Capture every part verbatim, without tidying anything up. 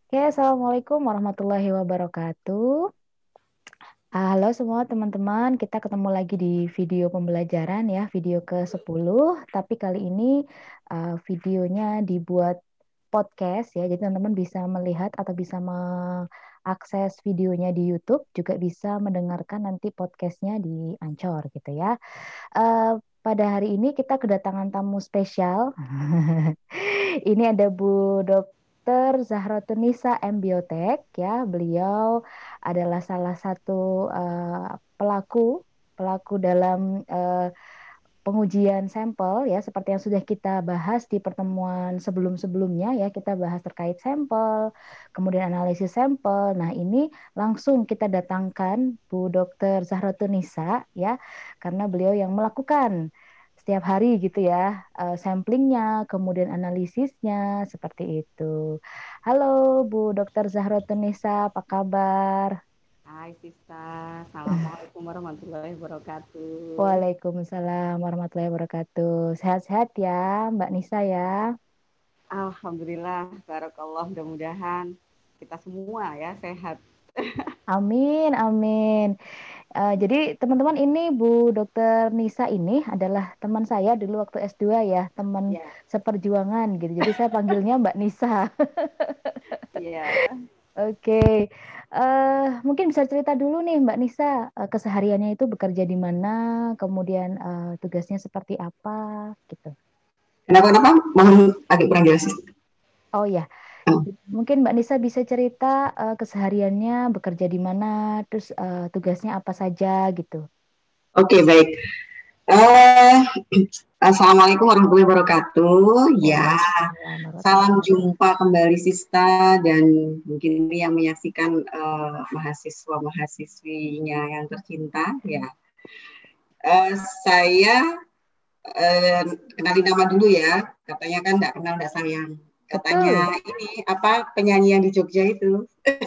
Oke, Assalamualaikum warahmatullahi wabarakatuh. Ah, Halo semua teman-teman, kita ketemu lagi di video pembelajaran ya, video ke sepuluh. Tapi kali ini uh, videonya dibuat podcast ya, jadi teman-teman bisa melihat atau bisa mengakses videonya di YouTube, juga bisa mendengarkan nanti podcastnya di Anchor gitu ya. Eh, pada hari ini kita kedatangan tamu spesial. Ini ada Bu Dokter Zahrotunisa M. Biotek ya. Beliau adalah salah satu eh, pelaku pelaku dalam eh, pengujian sampel ya, seperti yang sudah kita bahas di pertemuan sebelum-sebelumnya ya, kita bahas terkait sampel, kemudian analisis sampel. Nah, ini langsung kita datangkan Bu Dokter Zahrotunisa ya, karena beliau yang melakukan setiap hari gitu ya, eh, samplingnya, kemudian analisisnya, seperti itu. Halo Bu Dokter Zahrotunisa, apa kabar? Hai Sista, Assalamualaikum warahmatullahi wabarakatuh. Waalaikumsalam warahmatullahi wabarakatuh. Sehat-sehat ya, Mbak Nisa ya. Alhamdulillah, barakallah, mudah-mudahan kita semua ya sehat. Amin, amin. Eh, jadi teman-teman, ini Bu Dokter Nisa ini adalah teman saya dulu waktu S dua ya, teman Ya, seperjuangan gitu. Jadi saya panggilnya Mbak Nisa. iya. Oke, eh mungkin bisa cerita dulu nih Mbak Nisa, eh, kesehariannya itu bekerja di mana, kemudian eh, tugasnya seperti apa gitu. Kenapa kenapa? Mohon agak kurang jelas. Oh ya, mungkin Mbak Nisa bisa cerita eh, kesehariannya bekerja di mana, terus eh, tugasnya apa saja gitu. Oke, okay, baik. Uh, Assalamualaikum warahmatullahi wabarakatuh. Ya, Waalaikumsalam warahmatullahi salam wabarakatuh. jumpa kembali Sista dan mungkin ini yang menyaksikan uh, mahasiswa-mahasiswinya yang tercinta. Ya, uh, saya Eh, kenalin nama dulu ya. Katanya kan nggak kenal nggak sayang. Betul. Katanya ini apa penyanyi yang di Jogja itu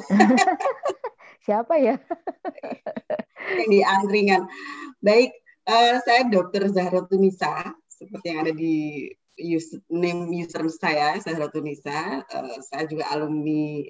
Siapa ya? yang di angkringan. Baik, eh, saya Dokter Zahrotunisa seperti yang ada di use, name user saya Zahrotunisa. Eh, saya juga alumni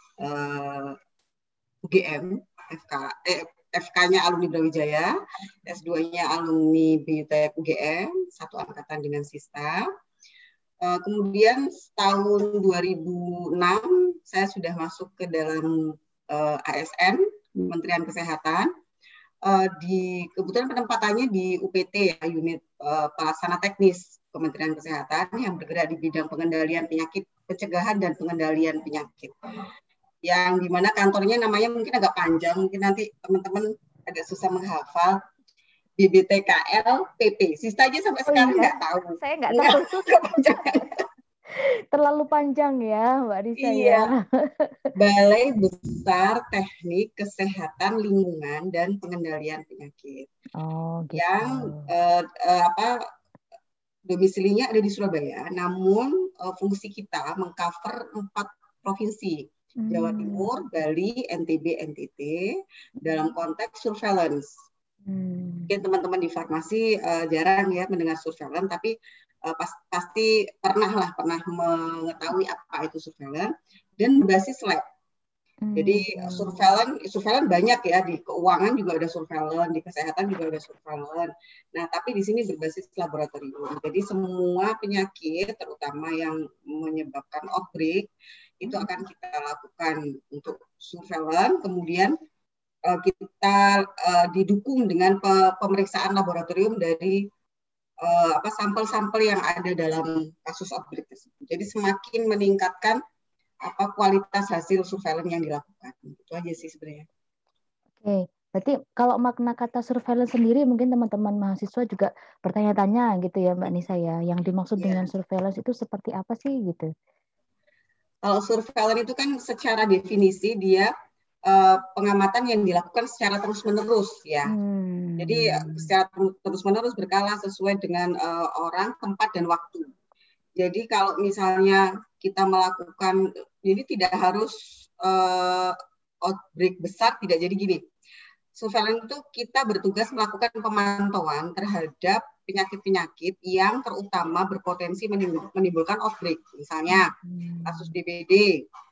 eh, U G M F K eh, F K-nya alumni Brawijaya, S dua-nya alumni Biotek U G M, satu angkatan dengan Sista. Uh, kemudian tahun dua ribu enam saya sudah masuk ke dalam uh, A S N Kementerian Kesehatan, uh, di kebetulan penempatannya di U P T ya, unit uh, pelaksana teknis Kementerian Kesehatan yang bergerak di bidang pengendalian penyakit, pencegahan dan pengendalian penyakit. Yang dimana kantornya namanya mungkin agak panjang, mungkin nanti teman-teman agak susah menghafal. B B T K L P P. Sista aja sampai Oh sekarang iya, nggak tahu. saya nggak Nggak, tahu. panjang. Terlalu panjang ya, Mbak Nisa ya. Iya, Balai Besar Teknik Kesehatan Lingkungan dan Pengendalian Penyakit Oh gitu. yang eh, eh, apa domisilinya ada di Surabaya, namun eh, fungsi kita mengcover empat provinsi, Jawa Hmm. Timur, Bali, N T B, N T T dalam konteks surveillance. Hmm. Mungkin teman-teman di farmasi uh, jarang ya mendengar surveillance, tapi uh, pas, pasti pernah lah pernah mengetahui apa itu surveillance dan berbasis lab. Jadi Hmm. surveillance, surveillance banyak ya, di keuangan juga ada surveillance, di kesehatan juga ada surveillance. Nah, tapi di sini berbasis laboratorium. Jadi semua penyakit, terutama yang menyebabkan outbreak, itu akan kita lakukan untuk surveillance. Kemudian uh, kita uh, didukung dengan pe- pemeriksaan laboratorium dari uh, apa sampel-sampel yang ada dalam kasus outbreak tersebut. Jadi semakin meningkatkan apa kualitas hasil surveillance yang dilakukan. Itu aja sih sebenarnya. Oke, berarti kalau makna kata surveillance sendiri mungkin teman-teman mahasiswa juga bertanya-tanya gitu ya Mbak Nisa ya. Yang dimaksud dengan Ya. surveillance itu seperti apa sih gitu? Kalau surveillance itu kan secara definisi dia uh, pengamatan yang dilakukan secara terus-menerus ya. Jadi Hmm. secara terus-menerus berkala sesuai dengan uh, orang, tempat, dan waktu. Jadi kalau misalnya kita melakukan, jadi tidak harus uh, outbreak besar, tidak jadi gini. Surveillance itu kita bertugas melakukan pemantauan terhadap penyakit-penyakit yang terutama berpotensi menimbulkan outbreak. Misalnya Hmm. kasus D B D,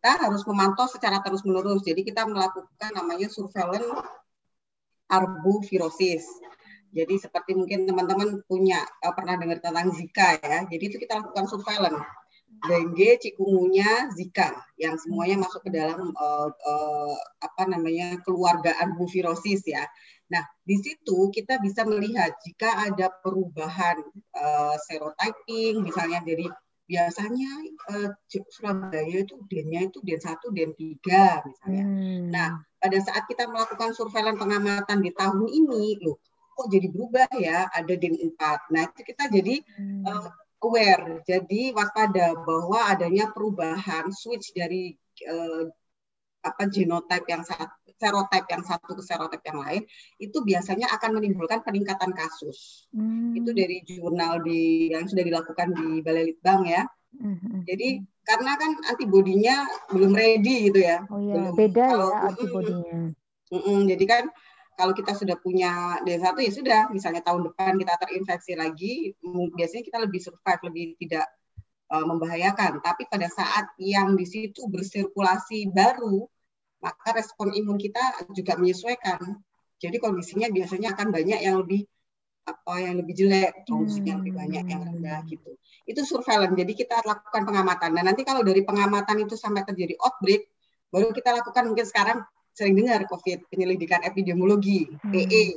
kita harus memantau secara terus-menerus. Jadi kita melakukan namanya surveillance arbovirosis. Jadi seperti mungkin teman-teman punya uh, pernah dengar tentang Zika ya. Jadi itu kita lakukan surveillance. Dengue, cikungunya, Zika yang semuanya masuk ke dalam uh, uh, apa namanya keluarga arbovirosis ya. Nah, di situ kita bisa melihat jika ada perubahan uh, serotyping misalnya dari biasanya uh, Surabaya itu D-nya itu D satu, D tiga misalnya. Hmm. Nah, pada saat kita melakukan surveillance pengamatan di tahun ini, loh, kok jadi berubah ya, ada D empat. Nah, itu kita jadi uh, aware, jadi waspada bahwa adanya perubahan switch dari uh, apa genotype yang satu, serotype yang satu ke serotype yang lain, itu biasanya akan menimbulkan peningkatan kasus. Hmm. Itu dari jurnal di yang sudah dilakukan di Balai Litbang ya. Hmm. Jadi karena kan antibodinya belum ready gitu ya. Oh iya, belum, beda kalau, ya antibodinya. Mm, mm, jadi kan kalau kita sudah punya D satu ya sudah, misalnya tahun depan kita terinfeksi lagi, biasanya kita lebih survive, lebih tidak uh, membahayakan. Tapi pada saat yang di situ bersirkulasi baru, maka respon imun kita juga menyesuaikan. Jadi kondisinya biasanya akan banyak yang lebih apa yang lebih jelek, trombositnya hmm. lebih banyak, yang rendah gitu. Itu surveillance. Jadi kita lakukan pengamatan. Nah, nanti kalau dari pengamatan itu sampai terjadi outbreak, baru kita lakukan mungkin sekarang sering dengar COVID, penyelidikan epidemiologi, hmm. P E.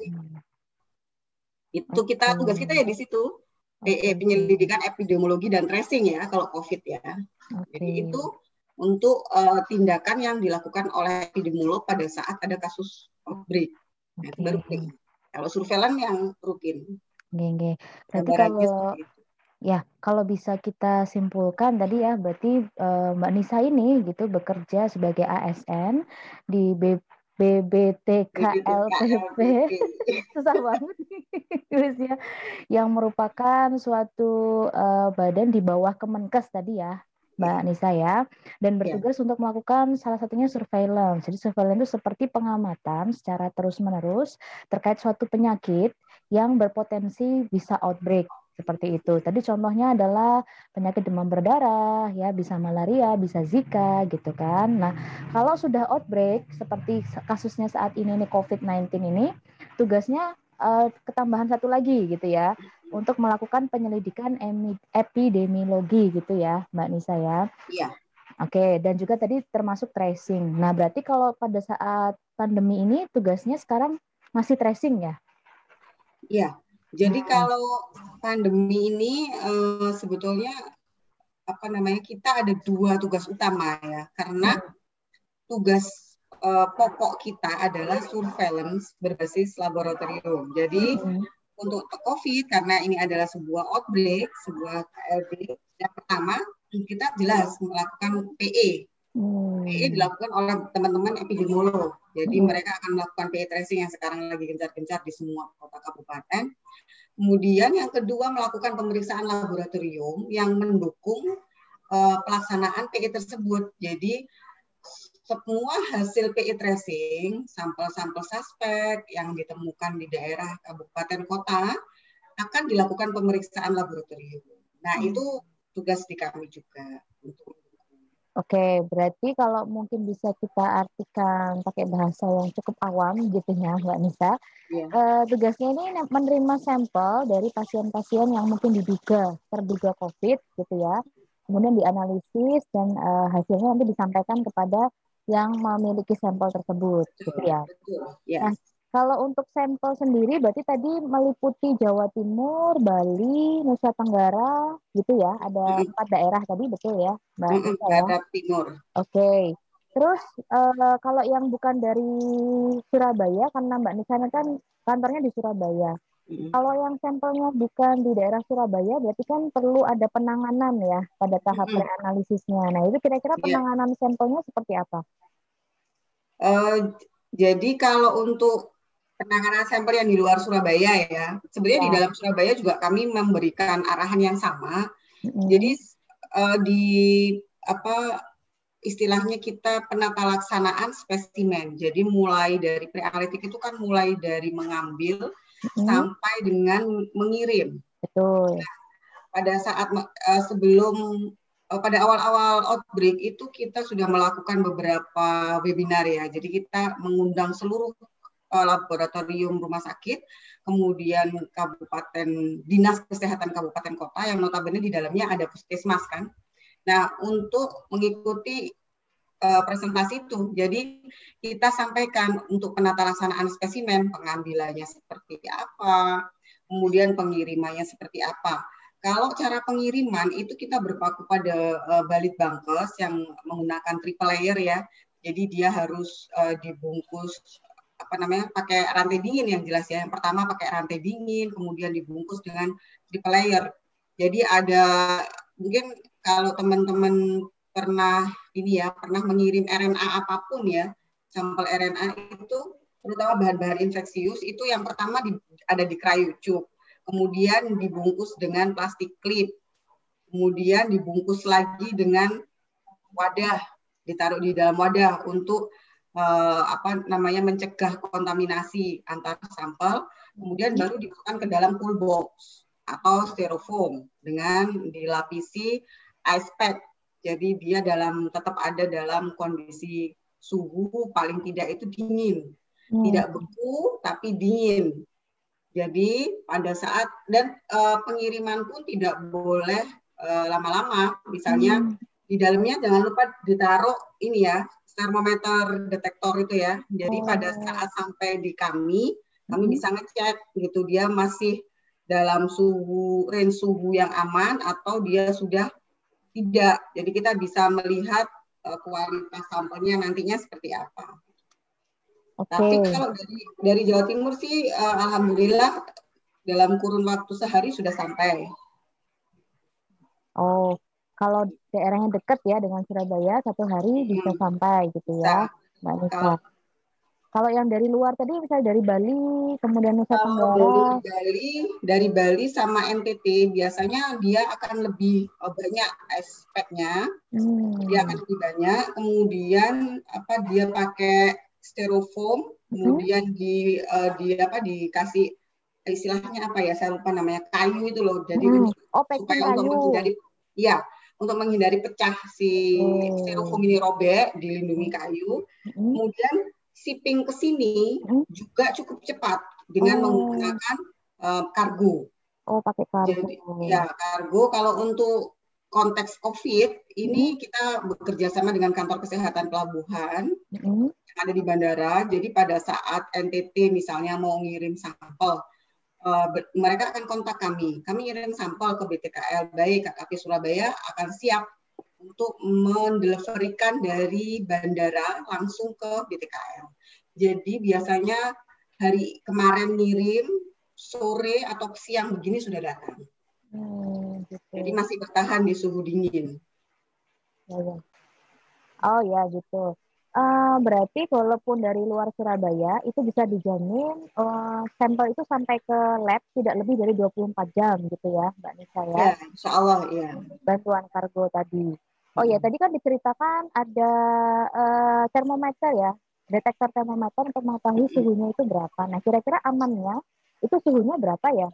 Itu kita okay. tugas kita ya di situ. P E, okay. penyelidikan epidemiologi dan tracing ya kalau COVID ya. Okay. Jadi itu untuk uh, tindakan yang dilakukan oleh epidemiolog pada saat ada kasus outbreak. Okay. Nah, itu baru P E. Kalau surveillance yang rutin. Oke, berarti kalau ya kalau bisa kita simpulkan tadi ya, berarti uh, Mbak Nisa ini gitu bekerja sebagai A S N di B B T K L P P, susah banget tulisnya, yang merupakan suatu uh, badan di bawah Kemenkes tadi ya, Mbak Nisa ya, dan bertugas yeah. untuk melakukan salah satunya surveillance. Jadi surveillance itu seperti pengamatan secara terus-menerus terkait suatu penyakit yang berpotensi bisa outbreak seperti itu. Tadi contohnya adalah penyakit demam berdarah, ya bisa malaria, bisa Zika gitu kan. Nah, kalau sudah outbreak seperti kasusnya saat ini nih COVID sembilan belas ini, tugasnya uh, ketambahan satu lagi gitu ya, untuk melakukan penyelidikan epidemiologi gitu ya, Mbak Nisa ya. Iya. Oke, dan juga tadi termasuk tracing. Nah, berarti kalau pada saat pandemi ini tugasnya sekarang masih tracing ya? Iya. Jadi hmm. kalau pandemi ini uh, sebetulnya apa namanya kita ada dua tugas utama ya, karena hmm. tugas uh, pokok kita adalah surveillance berbasis laboratorium. Jadi hmm. untuk COVID karena ini adalah sebuah outbreak, sebuah K L B, yang pertama kita jelas melakukan P E. Hmm. P E dilakukan oleh teman-teman epidemiolog. Jadi hmm. mereka akan melakukan P E tracing yang sekarang lagi gencar-gencar di semua kota kabupaten. Kemudian yang kedua melakukan pemeriksaan laboratorium yang mendukung uh, pelaksanaan P E tersebut. Jadi semua hasil P E tracing, sampel-sampel suspek yang ditemukan di daerah kabupaten kota akan dilakukan pemeriksaan laboratorium. Nah, hmm. itu tugas di kami juga untuk. Oke, berarti kalau mungkin bisa kita artikan pakai bahasa yang cukup awam gitu ya, Mbak Nisa. Yeah. Uh, tugasnya ini menerima sampel dari pasien-pasien yang mungkin diduga terduga COVID gitu ya. Kemudian dianalisis dan uh, hasilnya nanti disampaikan kepada yang memiliki sampel tersebut, betul, gitu ya. Betul. Yes. Nah, kalau untuk sampel sendiri berarti tadi meliputi Jawa Timur, Bali, Nusa Tenggara, gitu ya. Ada empat mm-hmm. daerah tadi, betul ya, Mbak mm-hmm. Nisa ya? Barat Timur. Oke. Okay. Terus uh, kalau yang bukan dari Surabaya, karena Mbak Nisa kan kantornya di Surabaya. Mm-hmm. Kalau yang sampelnya bukan di daerah Surabaya, berarti kan perlu ada penanganan ya pada tahap mm-hmm. preanalisisnya. Nah, itu kira-kira penanganan yeah. sampelnya seperti apa? Uh, jadi kalau untuk penanganan sampel yang di luar Surabaya ya, sebenarnya ya. Di dalam Surabaya juga kami memberikan arahan yang sama. Mm-hmm. Jadi uh, di apa istilahnya kita penata laksanaan spesimen. Jadi mulai dari preanalitik itu kan mulai dari mengambil mm-hmm. sampai dengan mengirim. Betul. Nah, pada saat uh, sebelum pada awal-awal outbreak itu kita sudah melakukan beberapa webinar ya. Jadi kita mengundang seluruh laboratorium rumah sakit, kemudian kabupaten, dinas kesehatan kabupaten kota yang notabene di dalamnya ada puskesmas kan. Nah, untuk mengikuti uh, presentasi itu, jadi kita sampaikan untuk penata laksanaan spesimen, pengambilannya seperti apa, kemudian pengirimannya seperti apa. Kalau cara pengiriman itu kita berpaku pada uh, balit bangkes yang menggunakan triple layer ya. Jadi dia harus uh, dibungkus apa namanya pakai rantai dingin yang jelas ya. Yang pertama pakai rantai dingin, kemudian dibungkus dengan triple layer. Jadi ada mungkin kalau teman-teman pernah ini ya pernah mengirim R N A apapun ya, sampel R N A itu terutama bahan-bahan infeksius itu yang pertama di, ada di cryotube, kemudian dibungkus dengan plastik klip, kemudian dibungkus lagi dengan wadah, ditaruh di dalam wadah untuk Uh, apa namanya mencegah kontaminasi antar sampel, kemudian baru dimasukkan ke dalam cool box atau styrofoam dengan dilapisi ice pack. Jadi dia dalam tetap ada dalam kondisi suhu paling tidak itu dingin, hmm. tidak beku tapi dingin. Jadi pada saat dan uh, pengiriman pun tidak boleh uh, lama-lama. Misalnya hmm. di dalamnya jangan lupa ditaruh ini ya. Termometer detektor itu ya. Jadi oh. pada saat sampai di kami, kami hmm. bisa ngecek gitu dia masih dalam suhu range suhu yang aman atau dia sudah tidak. Jadi kita bisa melihat uh, kualitas sampelnya nantinya seperti apa. Okay. Tapi kalau dari dari Jawa Timur sih uh, alhamdulillah dalam kurun waktu sehari sudah sampai. Oh. Kalau daerahnya dekat ya dengan Surabaya, satu hari bisa hmm. sampai gitu ya, Mbak Nisa. Kalau, kalau yang dari luar tadi, misalnya dari Bali, kemudian Nusa Tenggara. Dari Bali, dari Bali sama N T T, biasanya dia akan lebih banyak aspeknya, hmm. dia akan lebih banyak. Kemudian apa dia pakai styrofoam, kemudian hmm. di, uh, di apa dikasih istilahnya apa ya, saya lupa namanya kayu itu loh. Jadi hmm. oh, supaya kayu. untuk menghindari, ya. Untuk menghindari pecah si oh. styrofoam ini robek, dilindungi kayu. Mm. Kemudian shipping ke sini mm. juga cukup cepat dengan oh. menggunakan uh, kargo. Oh, pakai kargo. Jadi, ya, kargo. Kalau untuk konteks COVID, ini mm. kita bekerja sama dengan kantor kesehatan pelabuhan mm. yang ada di bandara. Jadi pada saat N T T misalnya mau ngirim sampel, Uh, mereka akan kontak kami. Kami kirim sampel ke B T K L, baik K K P Surabaya akan siap untuk mendeliverikan dari bandara langsung ke B T K L. Jadi biasanya hari kemarin ngirim, sore atau siang begini sudah datang. Hmm, gitu. Jadi masih bertahan di suhu dingin. Ya, ya. Oh ya gitu. Uh, berarti walaupun dari luar Surabaya itu bisa dijamin uh, sampel itu sampai ke lab tidak lebih dari dua puluh empat jam gitu ya Mbak Nisa ya. Ya, insya Allah ya. Bantuan kargo tadi. Oh hmm. ya tadi kan diceritakan ada uh, termometer ya, detektor termometer untuk mengetahui hmm. suhunya itu berapa. Nah kira-kira amannya itu suhunya berapa ya?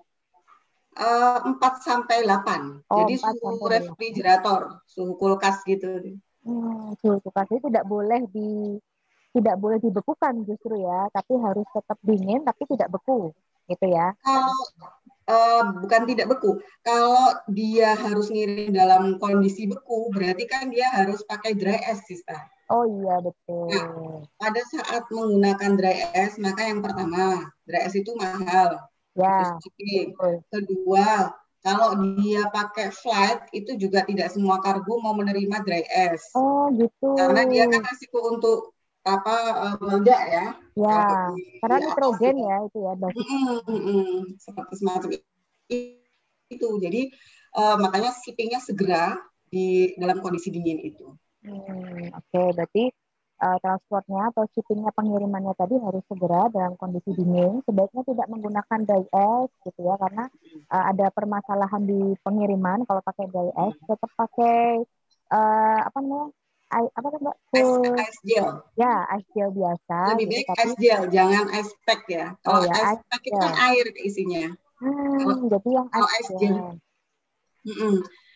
empat sampai delapan. Oh, jadi suhu refrigerator, suhu kulkas gitu. Hmm, suhu kulkas itu tidak boleh di tidak boleh dibekukan justru ya, tapi harus tetap dingin tapi tidak beku, gitu ya. Kalau uh, bukan tidak beku, kalau dia harus ngirim dalam kondisi beku, berarti kan dia harus pakai dry ice, Sista. Oh iya betul. Nah, pada saat menggunakan dry ice, maka yang pertama dry ice itu mahal. Ya. Kedua, kalau dia pakai flight itu juga tidak semua kargo mau menerima dry ice. Oh gitu. Karena dia kan risiko untuk apa meledak ya. Ya. Di, karena di nitrogen ya itu ya. Mm -mm, mm -mm, seperti semacam itu. Jadi uh, makanya shippingnya segera di dalam kondisi dingin itu. Hmm, Oke, okay. Berarti uh, transportnya atau shippingnya pengirimannya tadi harus segera dalam kondisi dingin. Sebaiknya tidak menggunakan dry ice gitu ya, karena uh, ada permasalahan di pengiriman. Kalau pakai dry ice, tetap pakai uh, apa namanya? I, apa Mbak? Ice, ice gel. Ya, ice gel biasa. Lebih gitu, baik tapi... ice gel, jangan ice pack ya. Kalau oh, ya, ice pack itu kan air isinya. Hmm, kalau, jadi yang kalau ice gel, mm -mm.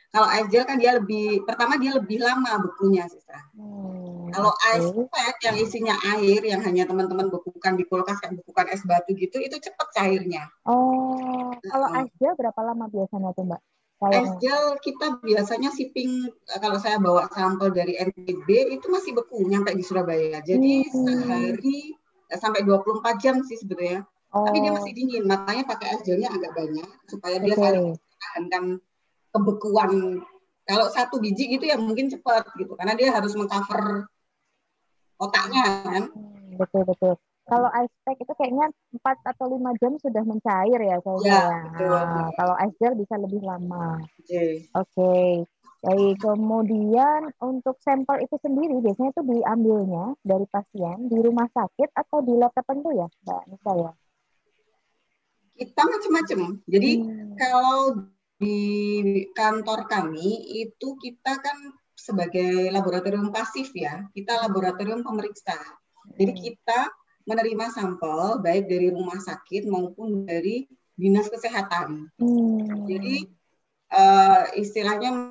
Kalau ice gel kan dia lebih, pertama dia lebih lama bekunya, Sisa. Hmm, Kalau okay. ice pack yang isinya air, yang hanya teman-teman bekukan di kulkas, kayak bekukan es batu gitu, itu cepat cairnya. Oh, kalau uh, ice gel berapa lama biasanya tuh, Mbak? Ice gel kita biasanya shipping, kalau saya bawa sampel dari N T B, itu masih beku, nyampe di Surabaya. Jadi hmm. sehari sampai dua puluh empat jam sih sebenarnya. Oh. Tapi dia masih dingin, makanya pakai ice gelnya agak banyak, supaya dia okay. saling mempertahankan kebekuan. Kalau satu biji gitu ya mungkin cepat gitu, karena dia harus mengcover otaknya kan. Betul betul. Kalau ice pack itu kayaknya empat atau lima jam sudah mencair ya kayaknya ya. ya. Nah, kalau ice gel bisa lebih lama. Oke. Okay. Oke. Okay. Baik, kemudian untuk sampel itu sendiri biasanya itu diambilnya dari pasien di rumah sakit atau di lab tertentu ya, Mbak Nisa ya? Kita macam-macam. Jadi hmm. kalau di kantor kami itu kita kan sebagai laboratorium pasif ya, kita laboratorium pemeriksa. Jadi kita menerima sampel baik dari rumah sakit maupun dari dinas kesehatan. Hmm. Jadi uh, istilahnya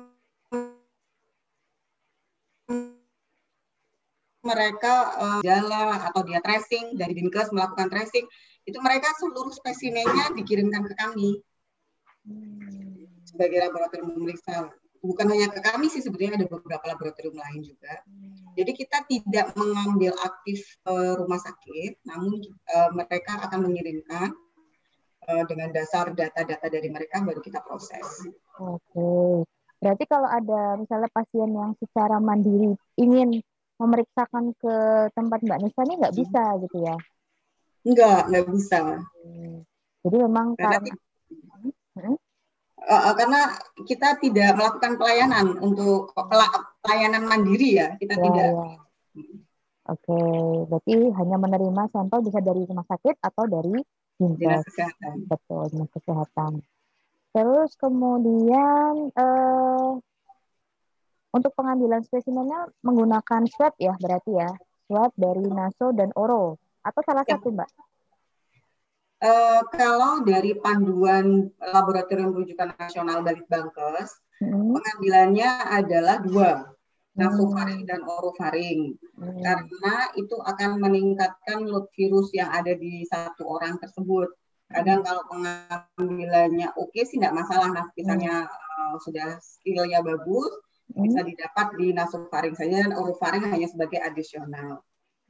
mereka uh, jalan atau dia tracing dari Dinkes melakukan tracing, itu mereka seluruh spesimennya dikirimkan ke kami hmm. sebagai laboratorium pemeriksa. Bukan hanya ke kami sih, sebenarnya ada beberapa laboratorium lain juga. Hmm. Jadi kita tidak mengambil aktif uh, rumah sakit, namun uh, mereka akan mengirimkan uh, dengan dasar data-data dari mereka baru kita proses. Oke. Berarti kalau ada misalnya pasien yang secara mandiri ingin memeriksakan ke tempat Mbak Nisa ini nggak bisa hmm. gitu ya? Enggak, nggak bisa. Hmm. Jadi memang karena, karena hmm? uh, karena kita tidak melakukan pelayanan untuk pelayanan mandiri ya, kita ya, tidak. Ya. Oke, berarti hanya menerima sampel bisa dari rumah sakit atau dari dinas kesehatan. Betul, dinas kesehatan. Terus kemudian eh, untuk pengambilan spesimennya menggunakan swab ya berarti ya, swab dari naso dan oro atau salah ya. satu Mbak? Uh, kalau dari panduan Laboratorium Rujukan Nasional Balitbangkes, hmm. pengambilannya adalah dua, nasofaring hmm. dan orofaring, hmm. karena itu akan meningkatkan load virus yang ada di satu orang tersebut. Kadang hmm. kalau pengambilannya oke okay, sih tidak masalah, nah misalnya hmm. uh, sudah skillnya bagus, hmm. bisa didapat di nasofaring saja, dan orofaring hanya sebagai adisional.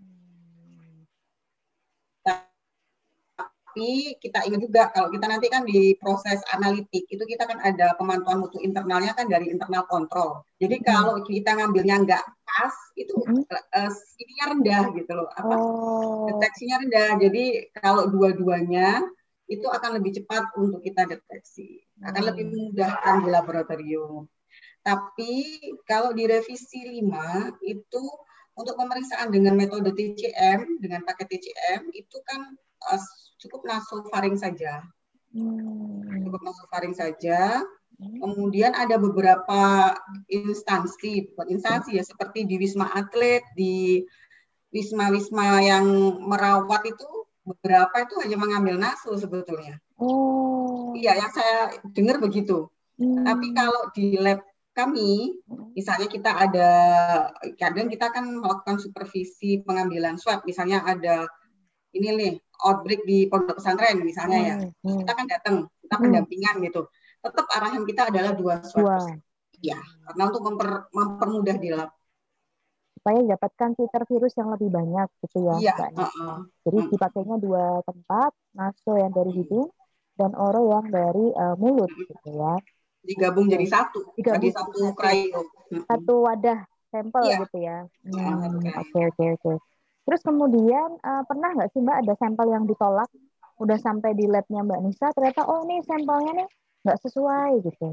Tapi kita ingat juga kalau kita nanti kan di proses analitik itu kita kan ada pemantauan mutu internalnya kan dari internal kontrol. Jadi kalau kita ngambilnya nggak pas itu mm. uh, ininya rendah gitu loh, apa oh. deteksinya rendah. Jadi kalau dua-duanya itu akan lebih cepat untuk kita deteksi, akan mm. lebih mudah kan di laboratorium. Tapi kalau di revisi lima itu untuk pemeriksaan dengan metode T C M, dengan pakai T C M itu kan uh, cukup nasofaring saja. Hmm. Cukup nasofaring saja. Hmm. Kemudian ada beberapa instansi, bukan instansi ya, seperti di Wisma Atlet, di Wisma-Wisma yang merawat itu, beberapa itu hanya mengambil naso sebetulnya. Oh. Iya, yang saya dengar begitu. Hmm. Tapi kalau di lab kami, misalnya kita ada, kadang kita kan melakukan supervisi pengambilan swab, misalnya ada ini nih, outbreak di pondok pesantren misalnya ya, hmm. kita kan datang, kita pendampingan hmm. gitu. Tetap arahan kita adalah dua swab. Ya, karena untuk memper, mempermudah di lab. Supaya dapatkan filter virus yang lebih banyak gitu ya, iya, Mbak. Uh, uh, Jadi uh. dipakainya dua tempat, naso yang dari hidung dan oro yang dari uh, mulut gitu ya. Digabung jadi satu, Digabung jadi satu cryo. Satu wadah sampel iya. gitu ya. Oke oke oke. Terus kemudian uh, pernah nggak sih Mbak ada sampel yang ditolak, udah sampai di labnya Mbak Nisa, ternyata oh nih sampelnya nih nggak sesuai gitu?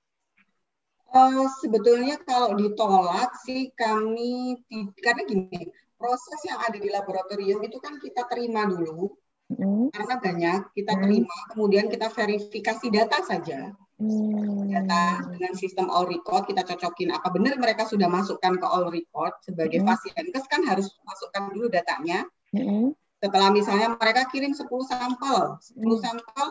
Uh, sebetulnya kalau ditolak sih kami, karena gini, proses yang ada di laboratorium itu kan kita terima dulu, mm. karena banyak, kita mm. terima, kemudian kita verifikasi data saja. Mm. Data dengan sistem all record, kita cocokin apa benar mereka sudah masukkan ke all record sebagai mm. pasien, terus kan harus masukkan dulu datanya. Mm. Setelah misalnya mereka kirim sepuluh sampel, sepuluh mm. sampel,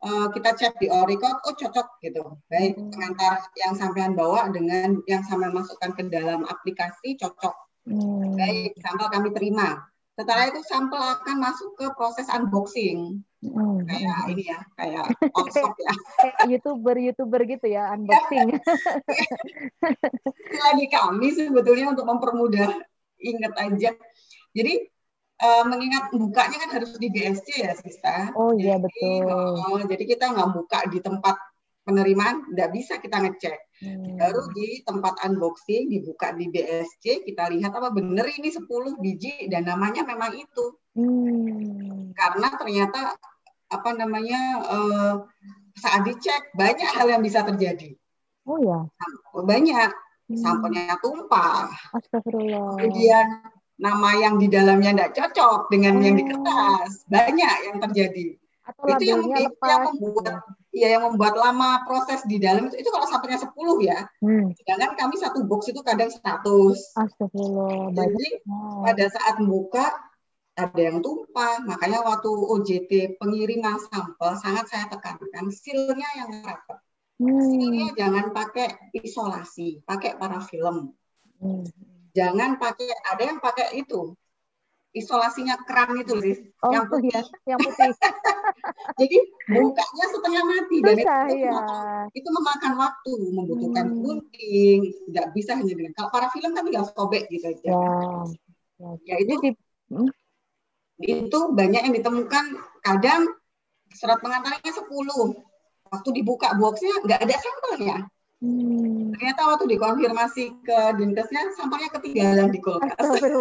uh, kita cek di Oricode, oh cocok gitu. Baik Hmm. pengantar yang sampean bawa dengan yang sampean masukkan ke dalam aplikasi cocok. Hmm. Baik, sampel kami terima. Setelah itu sampel akan masuk ke proses unboxing. Hmm. Kayak ini ya, kayak all shop ya. Kayak youtuber-youtuber gitu ya, unboxing. Istilah di kami sebetulnya untuk mempermudah ingat aja. Jadi uh, mengingat bukanya kan harus di B S C ya, Sista. Oh iya jadi, betul. Oh, jadi kita nggak buka di tempat penerimaan, nggak bisa kita ngecek. Hmm. Baru di tempat unboxing dibuka di B S C, kita lihat apa bener ini sepuluh biji dan namanya memang itu. Hmm. Karena ternyata apa namanya uh, saat dicek banyak hal yang bisa terjadi. Oh ya. Banyak. Hmm. Sampelnya tumpah. Astagfirullah. Kemudian nama yang di dalamnya tidak cocok dengan oh. yang di kertas. Banyak yang terjadi. Atau itu yang, lepas, yang membuat gitu. ya yang membuat lama proses di dalam itu, itu kalau sampelnya sepuluh ya. Hmm. Sedangkan kami satu box itu kadang seratus. Astagfirullah. Jadi pada saat membuka ada yang tumpah, makanya waktu O J T pengiriman sampel sangat saya tekankan sealnya yang rapat. Hmm. Sealnya jangan pakai isolasi, pakai parafilm. Hmm. Jangan pakai, ada yang pakai itu isolasinya keran itu sih, oh, yang putih. Ya, yang putih. Jadi bukanya setengah mati dan itu, ya. memakan, itu memakan waktu, membutuhkan hmm. gunting, nggak bisa hanya dengan kalau parafilm kan tinggal sobek gitu aja. Ya, ya. ya itu. Jadi, hmm. Itu banyak yang ditemukan, kadang surat pengantarnya sepuluh. Waktu dibuka boxnya nggak ada sampelnya. Hmm. Ternyata waktu dikonfirmasi ke dinkesnya, sampelnya ketinggalan di kulkas.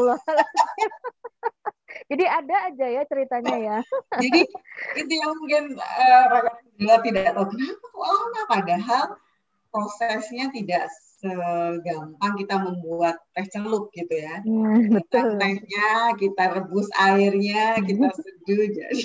Jadi ada aja ya ceritanya ya. Jadi itu yang mungkin uh, rakyat juga tidak tahu kenapa kok lama, padahal prosesnya tidak segampang kita membuat teh celup gitu ya. Hmm, betul. Tehnya kita rebus airnya, kita seduh jadi.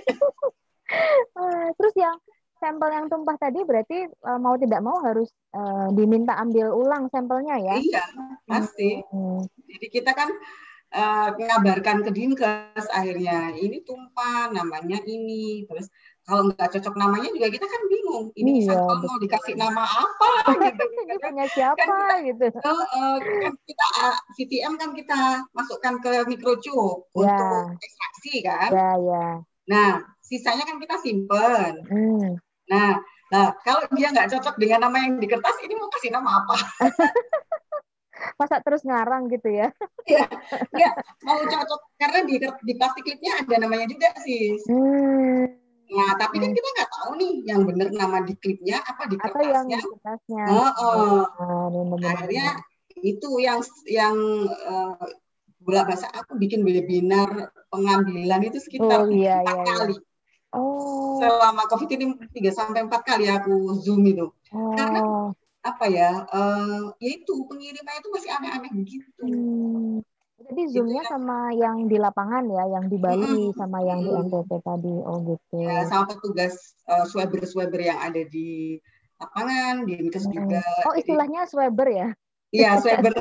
Terus yang sampel yang tumpah tadi berarti uh, mau tidak mau harus uh, diminta ambil ulang sampelnya ya? Iya, pasti. Hmm. Jadi kita kan uh, mengabarkan ke dinkes akhirnya ini tumpah, namanya ini. Terus kalau nggak cocok namanya juga kita kan bingung. Ini iya, sampel mau dikasih nama apa gitu. Ini punya siapa kan kita, gitu. Uh, uh, kan kita uh, V T M kan kita masukkan ke microchip ya. Untuk ekstraksi kan. Ya, ya. Nah, sisanya kan kita simpen. Hmm. Nah, nah, kalau dia nggak cocok dengan nama yang di kertas, ini mau kasih nama apa? Masa terus ngarang gitu ya? Iya, nggak mau cocok karena di di plastik klipnya ada namanya juga sih. Hmm. Nah, tapi kan kita nggak tahu nih yang benar nama di klipnya apa di kertasnya. Atau yang di kertasnya. Oh, oh. Nah, akhirnya itu yang yang uh, bola bahasa aku bikin webinar pengambilan itu sekitar oh, iya, empat iya, kali. Iya. Oh. Selama COVID ini tiga sampai empat kali aku Zoom itu. Oh. Karena apa ya? Uh, yaitu pengirimannya itu masih aneh-aneh begitu. Hmm. Jadi Zoom-nya gitu ya. Sama yang di lapangan ya, yang di Bali, hmm. sama yang hmm. di N T T tadi. Oh gitu. Ya, sama petugas uh, sweber-sweber yang ada di lapangan, di dinkes hmm. juga. Oh, istilahnya Jadi, sweber ya? Iya, sweber.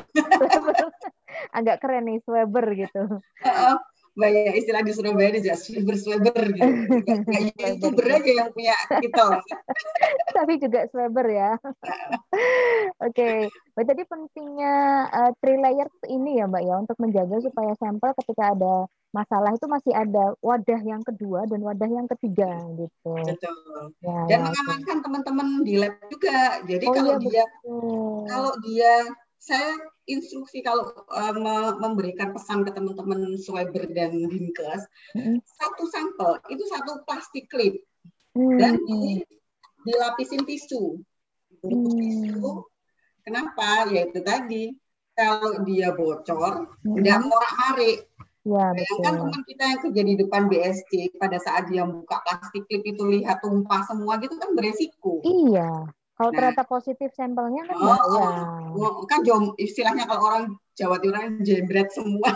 Agak keren nih, sweber gitu. Uh-uh. Banyak istilah di Surabaya dia sweber-sweber gitu. Kayak YouTuber aja yang punya titel. Tapi juga sweber ya. Oke, okay. Jadi pentingnya uh, three layer ini ya Mbak ya, untuk menjaga supaya sampel ketika ada masalah itu masih ada wadah yang kedua dan wadah yang ketiga gitu. Betul. Ya, dan ya, mengamankan okay. teman-teman di lab juga. Jadi oh, kalau iya, dia betul. kalau dia saya instruksi kalau uh, memberikan pesan ke teman-teman sweber dan dinkes, mm-hmm. satu sampel itu satu plastik klip mm-hmm. dan di, dilapisin tisu, bungkus mm-hmm. tisu. Kenapa? Ya itu tadi, kalau dia bocor, mm-hmm. nggak morak-marik. Ya, bayangkan betul. teman kita yang kerja di depan B S C pada saat dia buka plastik klip itu lihat tumpah semua gitu kan beresiko. Iya. Kalau nah, ternyata positif sampelnya kan oh, ya. Oh, kan jom, istilahnya kalau orang Jawa Timur jembret semua.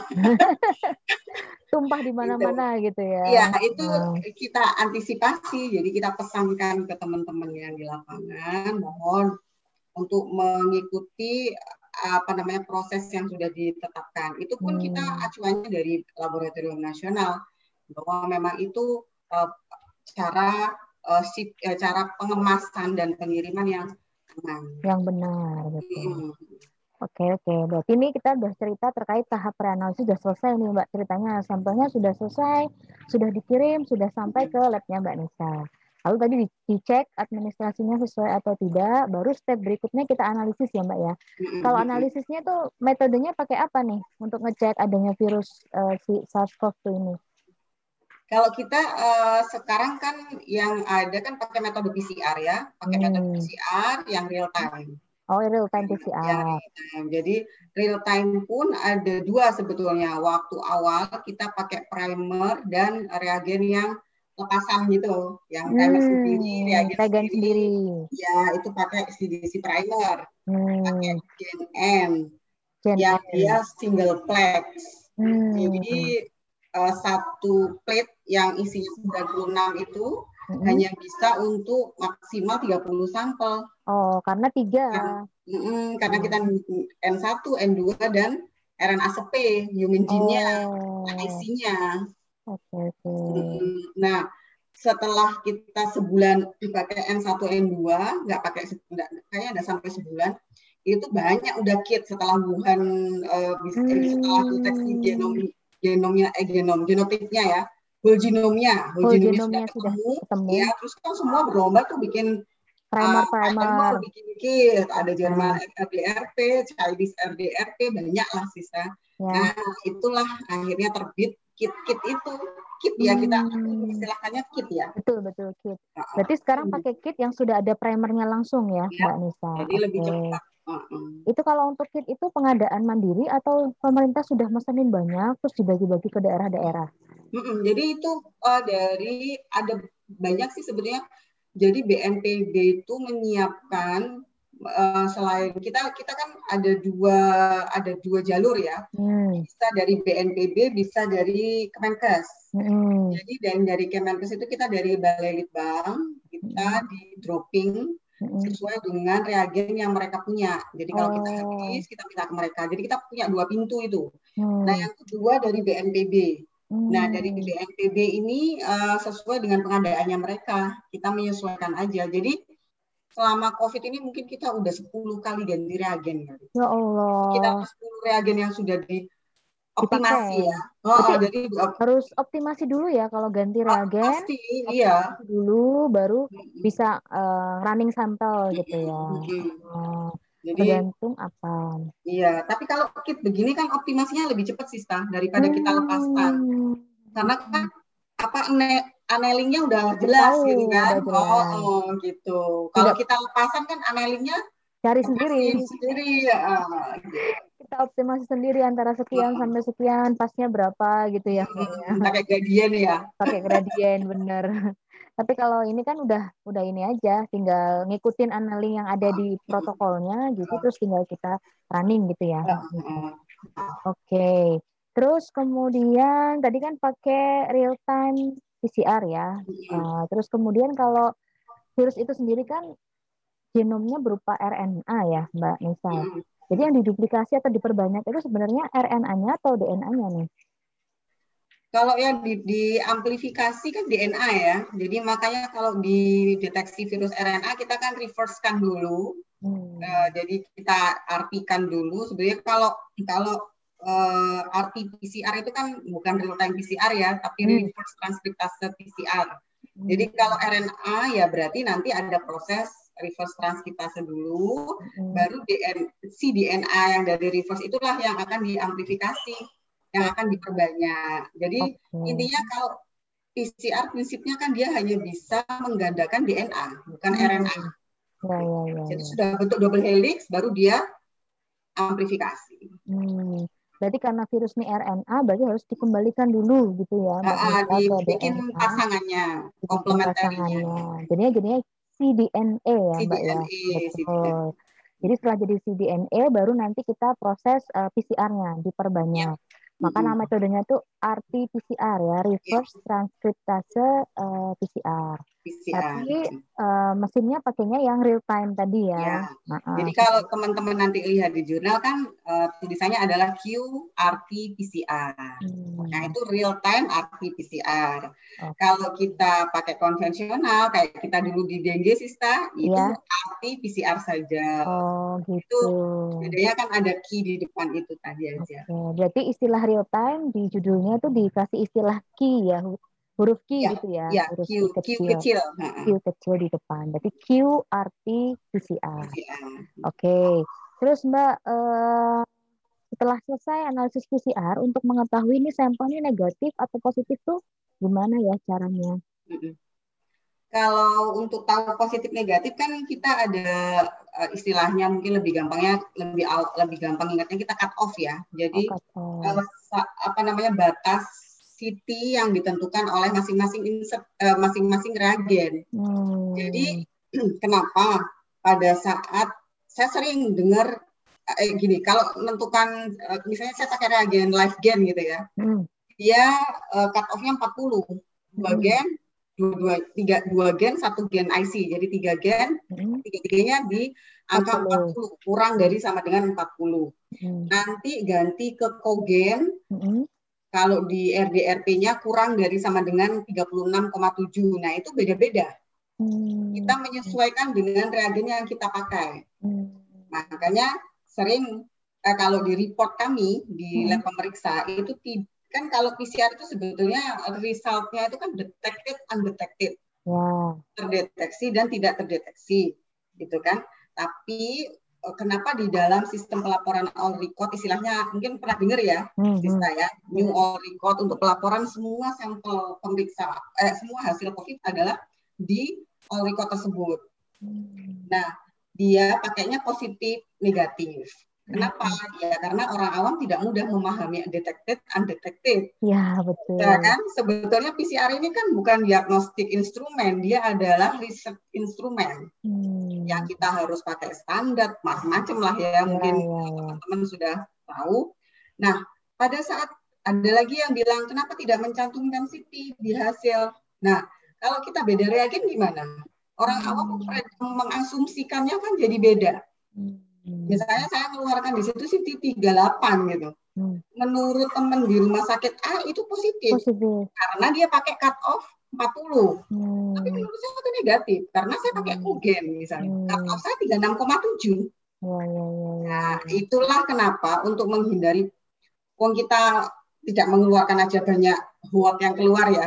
Tumpah di mana-mana gitu. gitu ya. Iya, itu nah. kita antisipasi. Jadi kita pesankan ke teman-teman yang di lapangan, mohon untuk mengikuti apa namanya proses yang sudah ditetapkan. Itu pun hmm. kita acuannya dari Laboratorium Nasional bahwa memang itu uh, cara uh, ship, uh, cara pengemasan dan pengiriman yang aman. Yang benar, betul. Hmm. Oke, oke. Berarti ini kita sudah cerita terkait tahap preanalisis sudah selesai nih Mbak ceritanya. Sampelnya sudah selesai, sudah dikirim, sudah sampai ke labnya Mbak Nisa. Lalu tadi dicek administrasinya sesuai atau tidak, baru step berikutnya kita analisis ya Mbak ya. Kalau analisisnya tuh metodenya pakai apa nih untuk ngecek adanya virus uh, si SARS-CoV dua ini? Kalau kita uh, sekarang kan yang ada kan pakai metode P C R ya, pakai hmm. metode P C R yang real time. Oh, real time P C R. Ya, real time. Jadi real time pun ada dua sebetulnya. Waktu awal kita pakai primer dan reagen yang lepasan gitu, yang primer hmm, sendiri, reagen sendiri. sendiri. Ya, itu pakai C D C primer. Hmm. Pakai Gen N. Gen yang N. Dia single plex. Hmm. Jadi uh, satu plate yang isinya sembilan puluh enam itu mm-hmm. hanya bisa untuk maksimal tiga puluh sampel. Oh, karena tiga. Nah, mm, karena kita N satu, N dua, dan R N A S P, human gene-nya, oh. isinya. Oke, okay, oke. Okay. Nah, setelah kita sebulan dipakai N satu, N dua, nggak pakai, enggak, kayaknya ada sampai sebulan, itu banyak udah kit setelah Wuhan, uh, bisa, hmm. setelah deteksi genom, genomnya, eh, genom, genotipnya ya, whole genomnya, whole, whole genomnya, genomnya sudah ketemu, sudah ketemu, ya, terus kan semua berlomba tuh bikin primer, uh, primer, bikin kit, ada Jerman hmm. R D R P, Chinese R D R P, banyak lah sisa. Ya. Nah, itulah akhirnya terbit kit-kit itu, kit ya, kita hmm. istilahnya kit ya. Betul, betul, kit. Berarti sekarang pakai kit yang sudah ada primernya langsung ya, ya. Mbak Nisa. Jadi okay. lebih cepat. Uh-uh. Itu kalau untuk kit itu pengadaan mandiri atau pemerintah sudah mesenin banyak terus dibagi-bagi ke daerah-daerah? Mm-mm. Jadi itu uh, dari ada banyak sih sebetulnya. Jadi B N P B itu menyiapkan uh, selain kita kita kan ada dua ada dua jalur ya. Hmm. Bisa dari B N P B, bisa dari Kemenkes. Hmm. Jadi dan dari Kemenkes itu kita dari Balai Litbang kita hmm. di dropping sesuai dengan reagen yang mereka punya. Jadi kalau oh. kita habis, kita minta ke mereka. Jadi kita punya dua pintu itu. Hmm. Nah, yang kedua dari B N P B. Hmm. Nah, dari B N P B ini uh, sesuai dengan pengadaannya mereka. Kita menyesuaikan aja. Jadi selama COVID ini mungkin kita udah sepuluh kali ganti reagen. Ya Allah. Kita sepuluh reagen yang sudah di optimasi ya. Oh, jadi harus optimasi dulu ya kalau ganti reagen. Pasti, iya. Dulu baru mm-hmm. bisa uh, running sampel gitu ya. Mm-hmm. Oh, jadi tergantung apa. Iya, tapi kalau kit begini kan optimasinya lebih cepat sih, Sta, daripada hmm. kita lepaskan. Karena kan apa anelingnya udah jelas oh, gitu kan. Jelas. Oh, oh, gitu. Kalau kita lepasan kan anelingnya cari sendiri. Sendiri ya. Gitu. Kita optimasi sendiri antara sekian hmm. sampai sekian, pasnya berapa gitu ya. Hmm, pakai gradien ya. Pakai gradien bener. Tapi kalau ini kan udah udah ini aja, tinggal ngikutin annealing yang ada di protokolnya gitu, terus tinggal kita running gitu ya. Oke. Okay. Terus kemudian tadi kan pakai real time P C R ya. Uh, terus kemudian kalau virus itu sendiri kan genomnya berupa R N A ya, Mbak Nisa. Jadi yang diduplikasi atau diperbanyak itu sebenarnya R N A-nya atau D N A-nya nih? Kalau yang di, diamplifikasi kan D N A ya. Jadi makanya kalau di deteksi virus R N A kita kan reverse-kan dulu. Hmm. Uh, jadi kita R T-kan dulu. Sebenarnya kalau kalau uh, R T P C R itu kan bukan real time P C R ya, tapi hmm. reverse transkriptase P C R. Hmm. Jadi kalau R N A ya berarti nanti ada proses reverse transkriptase dulu, hmm. baru D N, si D N A yang dari reverse itulah yang akan diamplifikasi, yang akan diperbanyak. Jadi okay. intinya kalau P C R prinsipnya kan dia hanya bisa menggandakan D N A, bukan hmm. R N A. Ya, ya, ya, Jadi ya. sudah bentuk double helix, baru dia amplifikasi. Hmm. Berarti karena virus ini R N A, berarti harus dikembalikan dulu gitu ya. Uh, dibikin pasangannya, komplementernya. Jadinya jadinya C D N A ya, Mbak C D N A, ya. Betul. Jadi setelah jadi C D N A, baru nanti kita proses uh, P C R-nya, diperbanyak. Ya. Maka nama metodenya itu R T P C R ya, Reverse yeah. Transkriptase uh, P C R. P C R. Tapi uh, mesinnya pakainya yang real time tadi ya. Ya. Nah, uh, Jadi kalau teman-teman nanti lihat di jurnal kan uh, tulisannya adalah Q R T P C R. Hmm. Nah itu real time R T P C R. Okay. Kalau kita pakai konvensional kayak kita dulu di dengue Sista, itu yeah. R T P C R saja. Oh gitu. Itu bedanya kan ada Q di depan itu tadi aja. Okay. Berarti istilah real time di judulnya tuh dikasih istilah Q ya. Huruf Q ya, gitu ya, ya huruf Q, Q kecil, Q kecil, Q kecil di depan. Berarti Q R T P C R. Oke, okay. Terus Mbak eh, setelah selesai analisis P C R untuk mengetahui ini sampelnya negatif atau positif tuh gimana ya caranya? Mm-mm. Kalau untuk tahu positif negatif kan kita ada uh, istilahnya mungkin lebih gampangnya lebih lebih gampang ingatnya kita cut off ya. Jadi oh, uh, apa namanya batas C T yang ditentukan oleh masing-masing insert, uh, masing-masing reagen. Hmm. Jadi kenapa pada saat saya sering dengar eh, gini, kalau menentukan uh, misalnya saya pakai reagen live gen gitu ya, hmm. dia uh, cut off-nya empat puluh, dua hmm. gen, dua, dua, tiga, dua gen, satu gen I C, jadi tiga gen, hmm. tiga-tiganya di angka empat puluh, kurang dari sama dengan empat puluh. Hmm. Nanti ganti ke kogen. Hmm. Kalau di R D R P-nya kurang dari sama dengan tiga puluh enam koma tujuh. Nah, itu beda-beda. Hmm. Kita menyesuaikan dengan reagen yang kita pakai. Hmm. Makanya sering eh, kalau di report kami di hmm. lab pemeriksa itu kan kalau P C R itu sebetulnya result-nya itu kan detected, undetected. Wow. Terdeteksi dan tidak terdeteksi. Gitu kan. Tapi kenapa di dalam sistem pelaporan all record istilahnya mungkin pernah dengar ya, mm-hmm. Sista ya, new all record untuk pelaporan semua sampel pemeriksa, eh, semua hasil COVID adalah di all record tersebut. Mm-hmm. Nah, dia pakainya positif negatif. Kenapa? Mm-hmm. Ya karena orang awam tidak mudah memahami detected, undetected. Ya betul. Nah, kan sebetulnya P C R ini kan bukan diagnostik instrumen, dia adalah research instrumen. Hmm. Yang kita harus pakai standar, macam-macam lah ya, ya mungkin ya, ya. Teman-teman sudah tahu. Nah, pada saat ada lagi yang bilang, kenapa tidak mencantumkan C T di hasil? Nah, kalau kita beda reagen gimana? Orang hmm. awam mengasumsikannya kan jadi beda. Hmm. Misalnya saya mengeluarkan di situ C T tiga puluh delapan gitu. Hmm. Menurut teman di rumah sakit A itu positif. Positif. Karena dia pakai cut off empat puluh. Hmm. Tapi menurut saya itu negatif karena saya pakai kogen misalnya. Hmm. Cut off saya tiga puluh enam koma tujuh. Ya, ya, ya, ya. Nah, itulah kenapa untuk menghindari wong kita tidak mengeluarkan aja banyak huat yang keluar ya.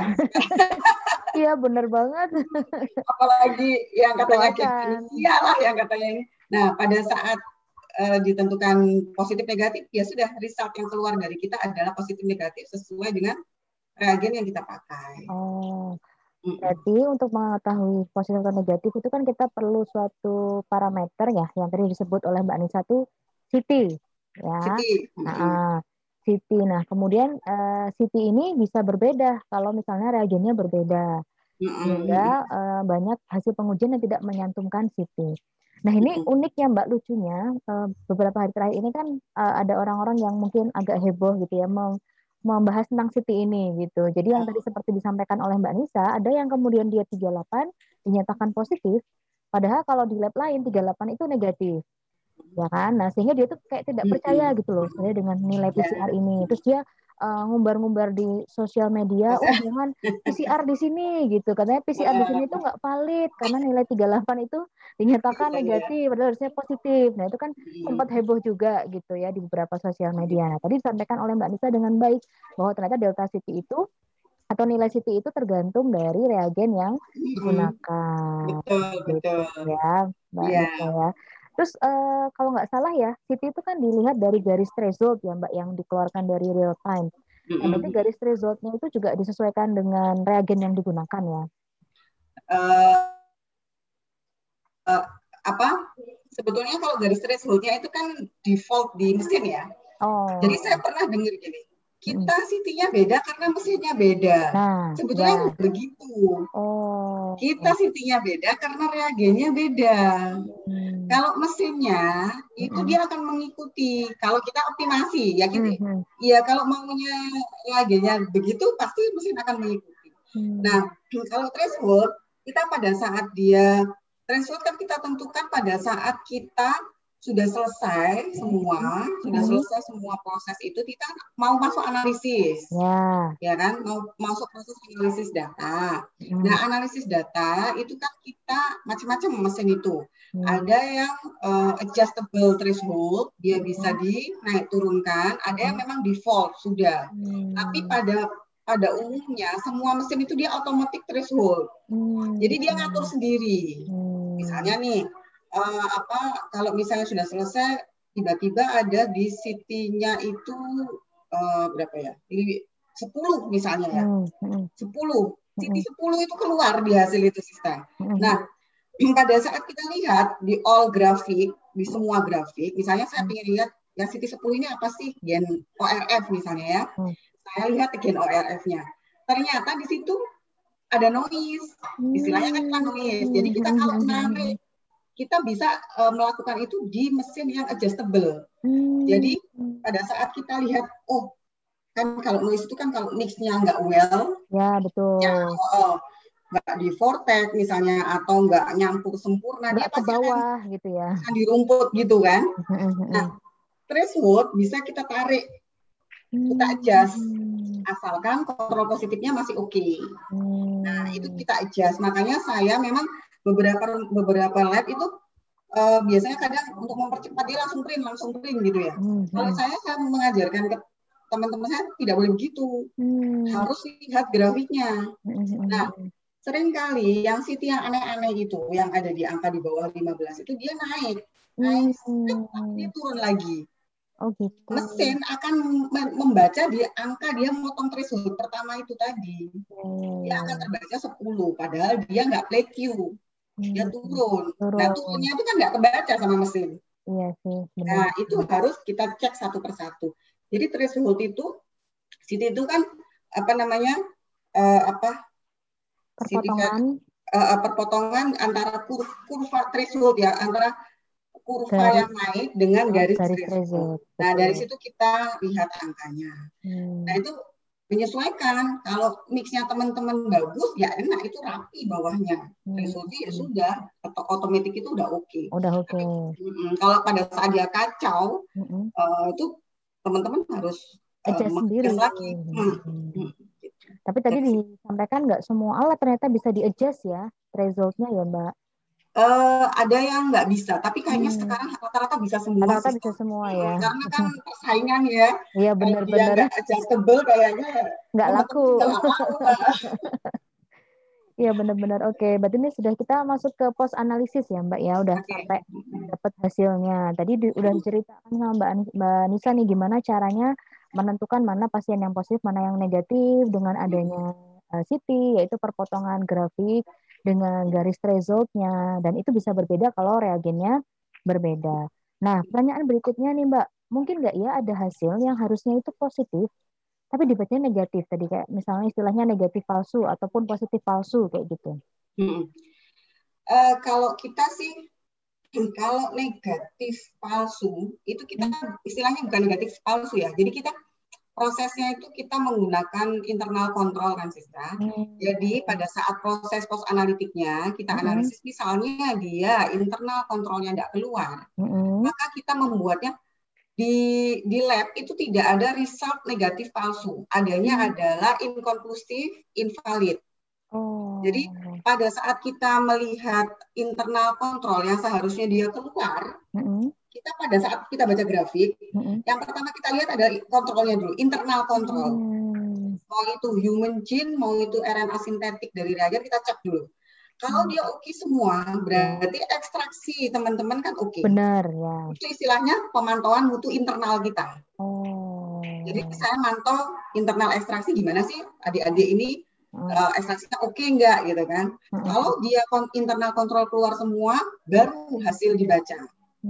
Iya, benar banget. Apalagi yang katanya Indonesia lah yang katanya ini. Nah, pada saat uh, ditentukan positif negatif, ya sudah result yang keluar dari kita adalah positif negatif sesuai dengan reagen yang kita pakai. Oh. Berarti untuk mengetahui positif atau negatif itu kan kita perlu suatu parameter ya yang tadi disebut oleh Mbak Anissa itu C T ya. C T. Nah, C T. Nah, kemudian uh, C T ini bisa berbeda kalau misalnya reagennya berbeda. Sehingga uh, banyak hasil pengujian yang tidak menyantumkan C T. Nah, ini uniknya Mbak, lucunya uh, beberapa hari terakhir ini kan uh, ada orang-orang yang mungkin agak heboh gitu ya mem membahas tentang C T ini gitu. Jadi yang tadi seperti disampaikan oleh Mbak Nisa, ada yang kemudian dia tiga puluh delapan dinyatakan positif, padahal kalau di lab lain tiga puluh delapan itu negatif. Ya kan? Nah, sehingga dia tuh kayak tidak percaya gitu loh sebenarnya dengan nilai P C R ini. Terus dia uh, ngumbar-ngumbar di sosial media, oh jangan P C R di sini gitu. Katanya P C R di sini itu nggak valid karena nilai tiga puluh delapan itu dinyatakan negatif, padahal harusnya positif. Nah, itu kan sempat heboh juga gitu ya di beberapa sosial media. Nah, tadi disampaikan oleh Mbak Nisa dengan baik bahwa ternyata delta C T itu atau nilai C T itu tergantung dari reagen yang digunakan. Betul, betul. Gitu ya, Mbak yeah. Nisa ya. Terus uh, kalau nggak salah ya, C T itu kan dilihat dari garis threshold ya Mbak yang dikeluarkan dari real time. Mm-hmm. Nah, berarti garis thresholdnya itu juga disesuaikan dengan reagen yang digunakan ya? Uh, uh, apa? Sebetulnya kalau garis thresholdnya itu kan default di mesin ya. Oh. Jadi saya pernah dengar gini, kita C T-nya beda karena mesinnya beda. Nah, sebetulnya ya. Begitu. Oh. Kita C T-nya beda karena reagennya beda. Hmm. Kalau mesinnya itu hmm. dia akan mengikuti. Kalau kita optimasi ya gitu. Hmm. Ya kalau maunya reagennya begitu pasti mesin akan mengikuti. Hmm. Nah, kalau threshold kita pada saat dia threshold kan kita tentukan pada saat kita sudah selesai semua, sudah Hmm. selesai semua proses itu, kita mau masuk analisis, Ya. ya kan, mau masuk proses analisis data. Hmm. Nah, analisis data itu kan kita macam-macam mesin itu. Hmm. Ada yang uh, adjustable threshold, dia bisa dinaik turunkan. Ada yang memang default sudah. Hmm. Tapi pada pada umumnya semua mesin itu dia automatic threshold. Hmm. Jadi dia ngatur sendiri. Hmm. Misalnya nih. Uh, apa kalau misalnya sudah selesai tiba-tiba ada di city-nya itu uh, berapa ya? Ini sepuluh misalnya ya. Hmm. sepuluh. City sepuluh itu keluar di hasil itu sistem. Hmm. Nah, pada saat kita lihat di all grafik, di semua grafik, misalnya saya ingin lihat ya city sepuluh ini apa sih? Gen O R F misalnya ya. Hmm. Saya lihat gen O R F-nya. Ternyata di situ ada noise. Istilahnya kan kita noise. Jadi kita kalau narik kita bisa uh, melakukan itu di mesin yang adjustable. Hmm. Jadi pada saat kita lihat, oh kan kalau noise itu kan kalau mix-nya nggak well, ya betul, ya, oh, nggak di vortex misalnya atau nggak nyampur sempurna, nggak dia ke pasti bawah akan, gitu ya, akan dirumput gitu kan. Nah, threshold bisa kita tarik, kita adjust, asalkan kontrol positifnya masih oke. Okay. Hmm. Nah itu kita adjust. Makanya saya memang beberapa beberapa lab itu uh, biasanya kadang untuk mempercepat dia langsung print langsung print gitu ya. Hmm. Kalau saya saya mengajarkan ke teman-teman saya tidak boleh begitu, hmm. harus lihat grafiknya. Hmm. Nah seringkali yang city yang aneh-aneh itu yang ada di angka di bawah lima belas itu dia naik, naik, hmm. dia turun lagi. Oh gitu. Mesin akan membaca di angka dia motong threshold pertama itu tadi. Hmm. Dia akan terbaca sepuluh, padahal dia nggak play queue. Dia turun. turun. Nah, turunnya itu kan nggak kebaca sama mesin. Iya sih. Benar. Nah, itu harus kita cek satu persatu. Jadi threshold itu, city itu kan apa namanya, uh, apa? Perpotongan. Uh, perpotongan antara kurva, kurva threshold ya, antara kurva garis, yang naik dengan garis, garis threshold. Nah, dari situ kita lihat angkanya. Hmm. Nah, itu menyesuaikan. Kalau mixnya teman-teman bagus, ya enak, itu rapi bawahnya. Hmm. Thresholdnya ya sudah, atau otomatis itu udah oke. Okay. Udah oke. Okay. Mm, kalau pada saat dia kacau, hmm. uh, itu teman-teman harus adjust uh, sendiri lagi. Hmm. Hmm. Tapi tadi disampaikan nggak semua alat ternyata bisa di-adjust ya, threshold-nya ya, Mbak? Uh, ada yang nggak bisa, tapi kayaknya hmm. sekarang rata-rata bisa semua. Rata-rata bisa semua ya. Karena kan persaingan ya. Iya benar-benar. Dia nggak adjustable kayaknya. Nggak laku. Iya benar-benar. Oke, berarti ini sudah kita masuk ke post analisis ya Mbak ya, udah okay. sampai dapat hasilnya. Tadi di, udah diceritakan sama Mbak, Mbak Nisa nih gimana caranya menentukan mana pasien yang positif, mana yang negatif dengan adanya uh, C T, yaitu perpotongan grafik dengan garis threshold-nya, dan itu bisa berbeda kalau reagennya berbeda. Nah, pertanyaan berikutnya nih Mbak, mungkin nggak ya ada hasil yang harusnya itu positif, tapi dibacanya negatif, tadi kayak misalnya istilahnya negatif palsu ataupun positif palsu kayak gitu. Hmm. Uh, kalau kita sih, kalau negatif palsu, itu kita istilahnya bukan negatif palsu ya, jadi kita prosesnya itu kita menggunakan internal control kan Sista. Hmm. Jadi pada saat proses post analitiknya kita analisis, hmm. misalnya dia internal kontrolnya tidak keluar, hmm. maka kita membuatnya di di lab itu tidak ada result negatif palsu, adanya hmm. adalah inconclusive, invalid. Oh. Jadi pada saat kita melihat internal kontrol yang seharusnya dia keluar, hmm. kita pada saat kita baca grafik, mm-hmm. yang pertama kita lihat ada kontrolnya dulu, internal kontrol. Mm. Mau itu human gene, mau itu R N A sintetik dari reagen, kita cek dulu. Kalau mm. dia oke okay semua, berarti ekstraksi teman-teman kan oke. Okay. Benar, ya. Itu istilahnya pemantauan mutu internal kita. Oh. Jadi saya mantau internal ekstraksi gimana sih adik-adik ini, mm. uh, ekstraksinya oke okay nggak gitu kan. Mm. Kalau dia internal kontrol keluar semua, baru hasil dibaca.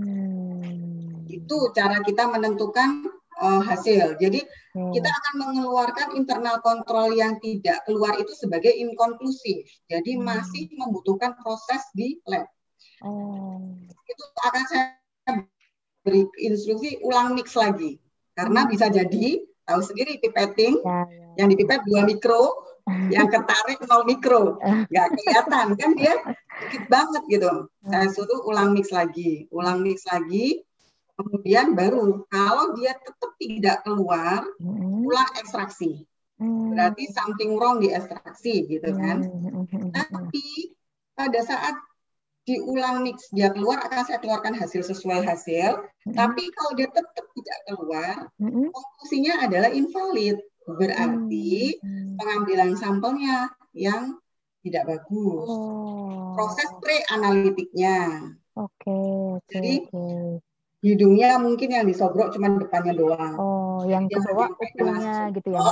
Hmm. Itu cara kita menentukan uh, hasil. Jadi hmm. kita akan mengeluarkan internal kontrol yang tidak keluar itu sebagai inkonklusif. Jadi hmm. masih membutuhkan proses di lab. Oh. Itu akan saya beri instruksi ulang mix lagi. Karena hmm. bisa jadi tahu sendiri pipetting, ya, ya. yang dipipet dua mikro, yang ketarik nol mikro, nggak kelihatan kan dia dikit banget gitu. Saya suruh ulang mix lagi, ulang mix lagi, kemudian baru kalau dia tetap tidak keluar, ulang ekstraksi. Berarti something wrong di ekstraksi gitu kan. Tapi pada saat diulang mix dia keluar, akan saya keluarkan hasil sesuai hasil. Tapi kalau dia tetap tidak keluar, konklusinya adalah invalid. Berarti pengambilan sampelnya yang tidak bagus. Oh. Proses pre-analitiknya. Oke, oke, Jadi oke. hidungnya mungkin yang disobrok cuma depannya doang. Oh, yang ke bawah ukulnya gitu ya, Mbak.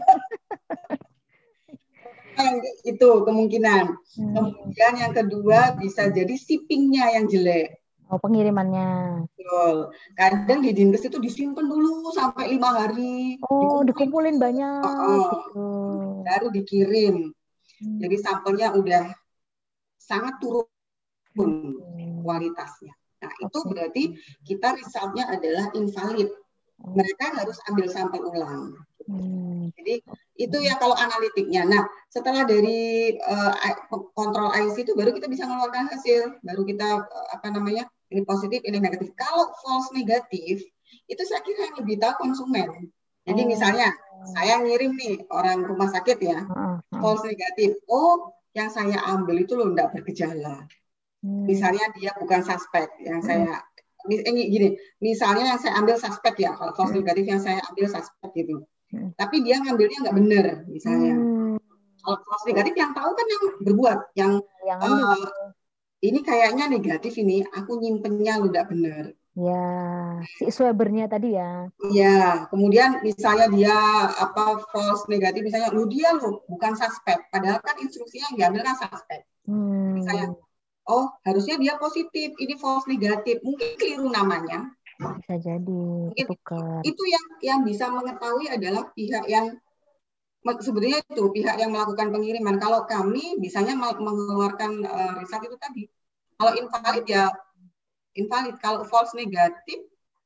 Itu kemungkinan. Hmm. Kemudian yang kedua bisa jadi shippingnya yang jelek. Oh, pengirimannya. Betul. Kadang di dinkes itu disimpan dulu sampai lima hari. Oh, dikumpulin banyak. Oh, gitu. Baru dikirim. Hmm. Jadi sampelnya udah sangat turun hmm. kualitasnya. Nah, itu okay. Berarti kita resultnya adalah invalid. Mereka harus ambil sampel ulang. Hmm. Jadi itu ya kalau analitiknya. Nah, setelah dari uh, kontrol I C itu baru kita bisa mengeluarkan hasil. Baru kita uh, apa namanya? Ini positif, ini negatif. Kalau false negatif, itu saya kira yang lebih tahu konsumen. Jadi oh. misalnya saya ngirim nih orang rumah sakit ya, uh, uh. false negatif. Oh, yang saya ambil itu loh enggak bergejala. Hmm. Misalnya dia bukan suspek, yang hmm. saya ini gini, misalnya yang saya ambil suspek ya, kalau false hmm. negatif yang saya ambil suspek gitu. Hmm. Tapi dia ngambilnya nggak benar, misalnya. Hmm. Kalau false negatif yang tahu kan yang berbuat, yang, yang uh, ini kayaknya negatif ini, aku nyimpennya udah benar. Ya, si swabernya tadi ya. Iya, kemudian misalnya dia apa false negatif, misalnya lu dia lu bukan suspek, padahal kan instruksinya yang diambil kan suspek. Hmm. Misalnya, oh harusnya dia positif, ini false negatif, mungkin keliru namanya. Bisa jadi. Mungkin itu yang yang bisa mengetahui adalah pihak yang sebenarnya itu pihak yang melakukan pengiriman. Kalau kami bisanya mengeluarkan uh, riset itu tadi. Kalau invalid ya invalid. Kalau false negatif,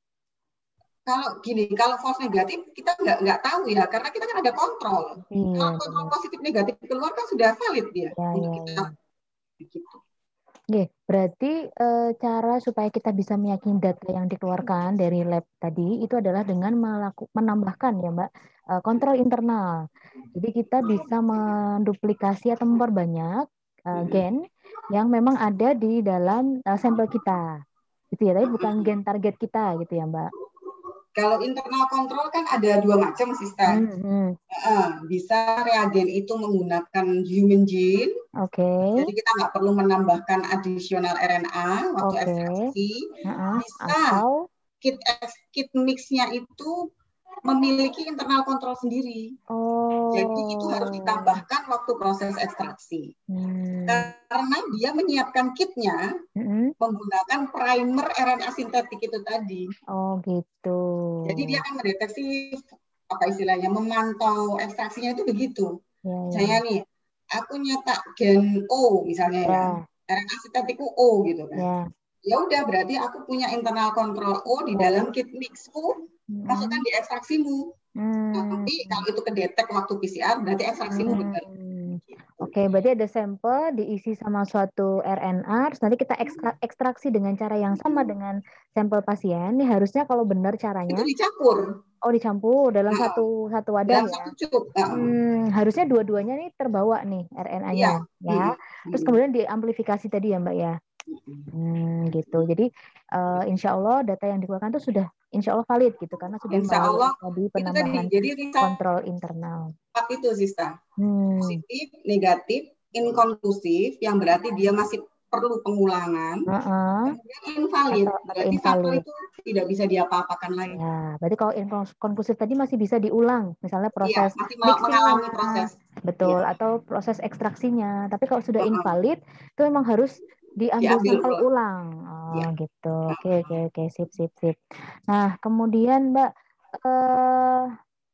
kalau gini, kalau false negatif kita nggak nggak tahu ya, karena kita kan ada kontrol. Iya, kalau kontrol benar. Positif negatif keluar kan sudah valid dia ya, untuk ya, kita. Ya. Begitu. Oke, berarti e, cara supaya kita bisa meyakini data yang dikeluarkan dari lab tadi itu adalah dengan melaku, menambahkan ya Mbak e, kontrol internal. Jadi kita bisa menduplikasi atau memperbanyak e, gen yang memang ada di dalam e, sampel kita, gitu ya. Tapi bukan gen target kita, gitu ya Mbak. Kalau internal kontrol kan ada dua macam, Sister. Hmm, hmm. Uh, bisa reagen itu menggunakan human gene. Oke. Okay. Jadi kita nggak perlu menambahkan additional R N A waktu okay. ekstraksi. Uh-uh. Bisa Atau kit kit mixnya itu memiliki internal kontrol sendiri. Oh. Jadi itu harus ditambahkan waktu proses ekstraksi. Hmm. Karena dia menyiapkan kitnya hmm. menggunakan primer R N A sintetik itu tadi. Oh gitu. Jadi dia akan mendeteksi apa istilahnya, memantau ekstraksinya itu begitu. Ya, ya. Saya nih, aku nyetak gen O misalnya ya, ya. R N A sintetikku O gitu kan. Ya. Ya udah berarti aku punya internal kontrol O di dalam kit mixku, hmm. masukkan di ekstraksimu. Hmm. Nah, nanti kalau itu kedetek waktu P C R berarti ekstraksimu hmm. benar. Oke, berarti ada sampel diisi sama suatu R N A, terus nanti kita ekstra, ekstraksi dengan cara yang sama dengan sampel pasien. Ini harusnya kalau benar caranya itu dicampur. Oh, dicampur dalam nah, satu satu wadah dalam ya. Satu cukup. Nah. Hmm, harusnya dua-duanya nih terbawa nih R N A-nya ya. ya. Hmm. Terus kemudian diamplifikasi tadi ya, Mbak ya. Hmm, gitu. Jadi uh, insya Allah data yang dikeluarkan itu sudah insya Allah valid gitu karena sudah insya Allah tadi penambahan tadi. Jadi, kontrol internal. Itu Sista. Hmm. Positif, negatif, inkonklusif yang berarti dia masih perlu pengulangan. Uh-uh. Kemudian invalid, atau, berarti invalid. Sampel itu tidak bisa diapa-apakan lagi. Ya, berarti kalau inkonklusif tadi masih bisa diulang, misalnya proses ya, masih mengalami proses. Betul, ya. Atau proses ekstraksinya. Tapi kalau sudah uh-huh. invalid, itu memang harus diambil Diambil sampel ulang. ulang. Oh, ya. Gitu. Oke, oke, oke, sip, sip, sip. Nah, kemudian Mbak, eh,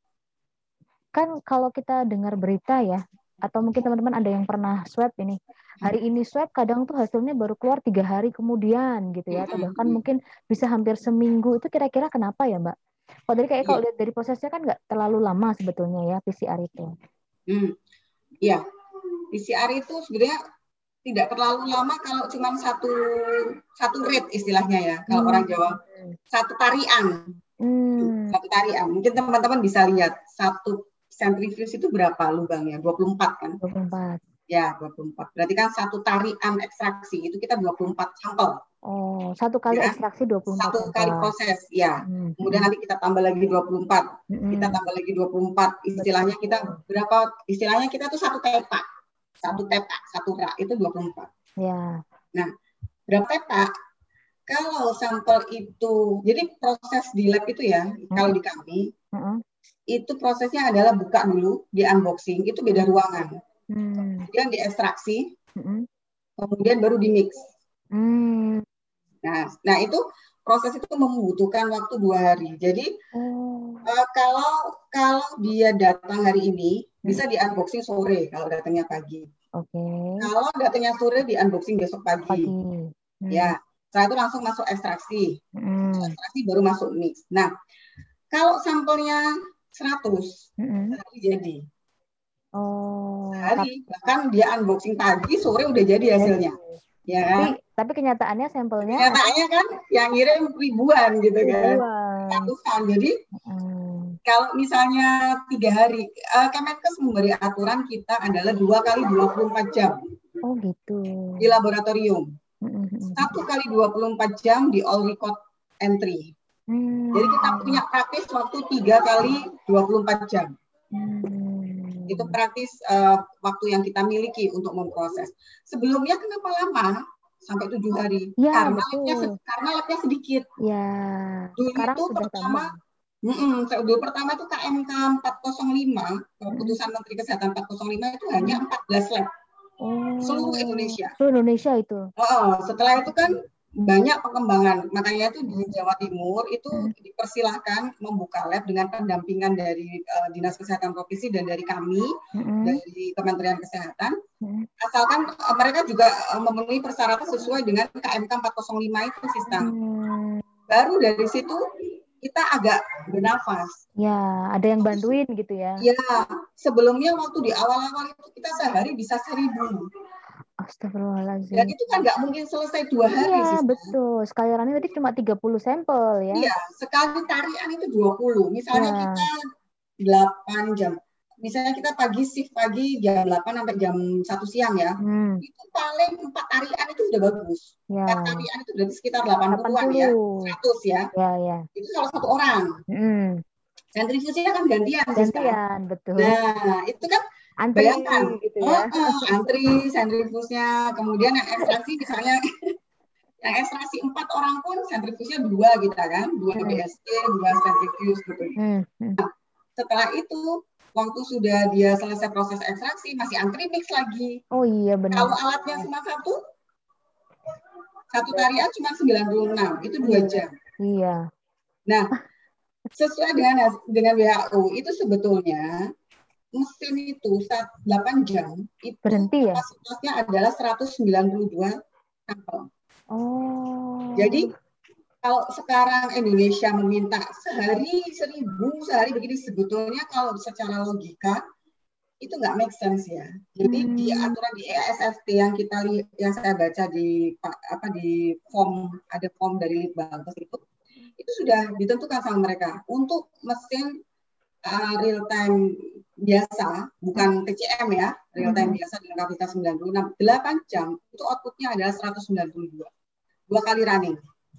kan kalau kita dengar berita ya, atau mungkin teman-teman ada yang pernah swab ini, hari ini swab kadang tuh hasilnya baru keluar tiga hari kemudian gitu ya, atau bahkan mungkin bisa hampir seminggu. Itu kira-kira kenapa ya Mbak? Kalau dari kayak kalau lihat dari prosesnya kan nggak terlalu lama sebetulnya ya P C R itu. Hmm. Iya, P C R itu sebenarnya tidak terlalu lama kalau cuma satu satu rate istilahnya ya. Kalau Hmm. orang Jawa satu tarian, Hmm. satu tarian. Mungkin teman-teman bisa lihat satu sentrifuge itu berapa lubangnya? dua puluh empat kan? dua puluh empat. Ya, dua puluh empat. Berarti kan satu tarian ekstraksi itu kita dua puluh empat sampel. Oh, satu kali Ya, ekstraksi dua puluh empat satu sampel. kali proses, ya. Hmm. Kemudian nanti kita tambah lagi dua puluh empat. Hmm. Kita tambah lagi dua puluh empat. Istilahnya kita berapa? Istilahnya kita tuh satu tepak. Satu tepak, satu rak itu dua puluh empat. Ya. Nah, berapa tepak? Kalau sampel itu, jadi proses di lab itu ya, hmm. kalau di kami, hmm. itu prosesnya adalah buka dulu, di unboxing, itu beda ruangan. Hmm. Kemudian diekstraksi, hmm. kemudian baru di mix. Hmm. Nah, nah itu proses itu membutuhkan waktu dua hari. Jadi oh. uh, kalau kalau dia datang hari ini hmm. bisa di unboxing sore kalau datangnya pagi. Oke. Okay. Kalau datangnya sore di unboxing besok pagi. pagi. Hmm. Ya, setelah itu langsung masuk ekstraksi. Hmm. Ekstraksi baru masuk mix. Nah, kalau sampelnya seratus hmm. sehari jadi. Oh. Sehari bahkan dia unboxing pagi sore udah jadi hasilnya. Jadi. Ya. Tapi, tapi kenyataannya sampelnya kenyataannya kan yang ngirim ribuan gitu ribuan. kan ratusan. Jadi hmm. kalau misalnya tiga hari uh, Kemenkes memberi aturan kita adalah dua kali dua puluh empat jam. Oh gitu. Di laboratorium. Hmm. Satu kali dua puluh empat jam di all record entry. Hmm. Jadi kita punya praktis waktu tiga kali dua puluh empat jam. Hmm. Itu praktis uh, waktu yang kita miliki untuk memproses. Sebelumnya kenapa lama? Sampai tujuh hari. Ya, karena labnya karena labnya sedikit. Ya. Dulu sekarang itu pertama, mm dulu pertama itu K M K empat nol lima, keputusan Menteri Kesehatan empat nol lima itu hanya empat belas lab. Oh. Seluruh Indonesia. Seluruh Indonesia itu. Oh, setelah itu kan banyak pengembangan. Makanya itu di Jawa Timur itu hmm. dipersilahkan membuka lab dengan pendampingan dari uh, Dinas Kesehatan Provinsi dan dari kami, hmm. dari Kementerian Kesehatan. Hmm. Asalkan uh, mereka juga uh, memenuhi persyaratan sesuai dengan K M K empat nol lima itu sistem. Hmm. Baru dari situ kita agak bernafas. Ya, ada yang bantuin gitu ya. Ya, sebelumnya waktu di awal-awal itu kita sehari bisa seribu. Astagfirullahaladzim. Dan itu kan nggak mungkin selesai dua hari. Iya, betul. Sekali running tadi cuma tiga puluh sampel ya. Iya, sekali tarian itu dua puluh. Misalnya ya. Kita delapan jam. Misalnya kita pagi shift pagi jam delapan sampai jam satu siang ya. Hmm. Itu paling empat tarian itu sudah bagus. Ya. empat tarian itu berarti sekitar delapan puluhan ya. seratus ya. Ya, ya. Itu salah satu orang. Hmm. Sentrifugnya kan gantian. Gantian, betul. Nah, itu kan antri bayangkan, gitu ya. Oh, oh, antri sentrifugnya, kemudian yang ekstraksi misalnya yang ekstraksi empat orang pun sentrifugnya dua gitu kan, dua hmm. B S T, dua sentrifuge gitu. Hmm. Hmm. Nah, setelah itu waktu sudah dia selesai proses ekstraksi masih antri mix lagi. Oh iya benar. Kalau alatnya cuma satu, satu tarian cuma sembilan puluh enam, itu dua jam. Iya. Nah, sesuai dengan dengan W H O itu sebetulnya mesin itu saat delapan jam itu berhenti ya? Kapasitasnya adalah seratus sembilan puluh dua sampel. Oh. Jadi kalau sekarang Indonesia meminta sehari seribu, sehari begini sebetulnya kalau secara logika itu nggak make sense ya. Jadi hmm. di aturan di E A S F T yang kita yang saya baca di apa di form ada form dari Litbangkes itu itu sudah ditentukan sama mereka untuk mesin uh, real time biasa, bukan T C M ya, real time mm-hmm. biasa dengan kapasitas sembilan puluh enam, delapan jam itu outputnya adalah seratus sembilan puluh dua, dua kali running.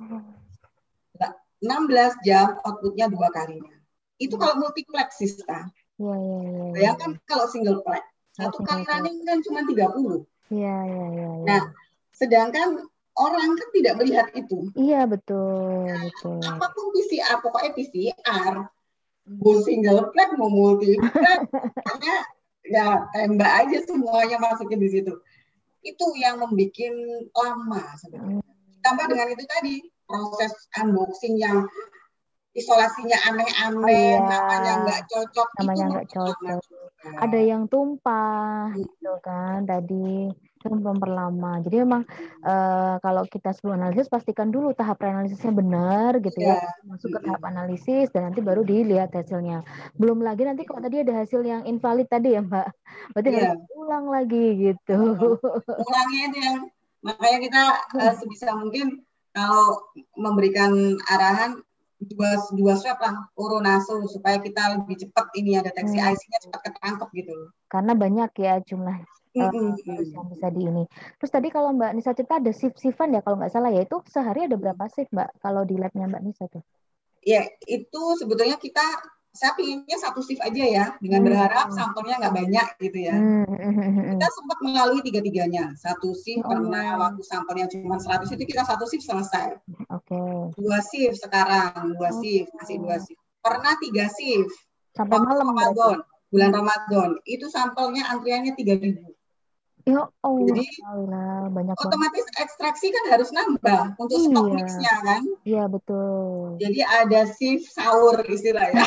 enam belas jam outputnya dua kalinya. Itu kalau multiplex Sista. Ya, ya, ya, ya. Bayangkan kalau single plex, satu kali running kan cuma tiga puluh. Iya, iya, iya. Ya. Nah, sedangkan orang kan tidak melihat itu. Iya, betul, nah, betul. Apapun P C R, pokoknya P C R, mau single plex, mau multiplex, hanya ya tembak aja semuanya masukin di situ. Itu yang membuat lama sebenarnya. Tambah dengan itu tadi, proses unboxing yang isolasinya aneh-aneh, oh, iya. namanya nggak cocok. Namanya nggak cocok. Ada yang tumpah, gitu kan tadi. Dan memperlama. Jadi memang uh, kalau kita sebelum analisis pastikan dulu tahap preanalisisnya benar gitu ya. Iya. Masuk ke tahap analisis dan nanti baru dilihat hasilnya. Belum lagi nanti kalau tadi ada hasil yang invalid tadi ya Mbak. Berarti harus Iya. ulang lagi gitu. Ulangnya itu yang makanya kita uh, sebisa mungkin kalau memberikan arahan dua dua swab lah oronaso supaya kita lebih cepat ini ya deteksi Hmm. I C-nya cepat ketangkep gitu loh. Karena banyak ya jumlah uh, virus yang bisa di ini. Terus tadi kalau Mbak Nisa cerita ada shift-shiftan ya kalau nggak salah ya, itu sehari ada berapa shift Mbak kalau di labnya Mbak Nisa tuh? Ya itu sebetulnya kita saya pilihnya satu shift aja ya dengan Hmm. berharap sampelnya nggak banyak gitu ya. Hmm. Kita sempat melalui tiga-tiganya. Satu shift Oh. pernah waktu sampelnya cuma seratus itu kita satu shift selesai. Oke. Okay. Dua shift sekarang, dua Oh. shift, masih dua shift. Pernah tiga shift. Sampai waktu malam Ramadan, berarti. bulan Ramadan, itu sampelnya antriannya tiga ribu. Ya oh, Jadi Allah, banyak otomatis banget. ekstraksi kan harus nambah untuk Iya. stok mixnya kan. Iya betul. Jadi ada shift sahur istilahnya.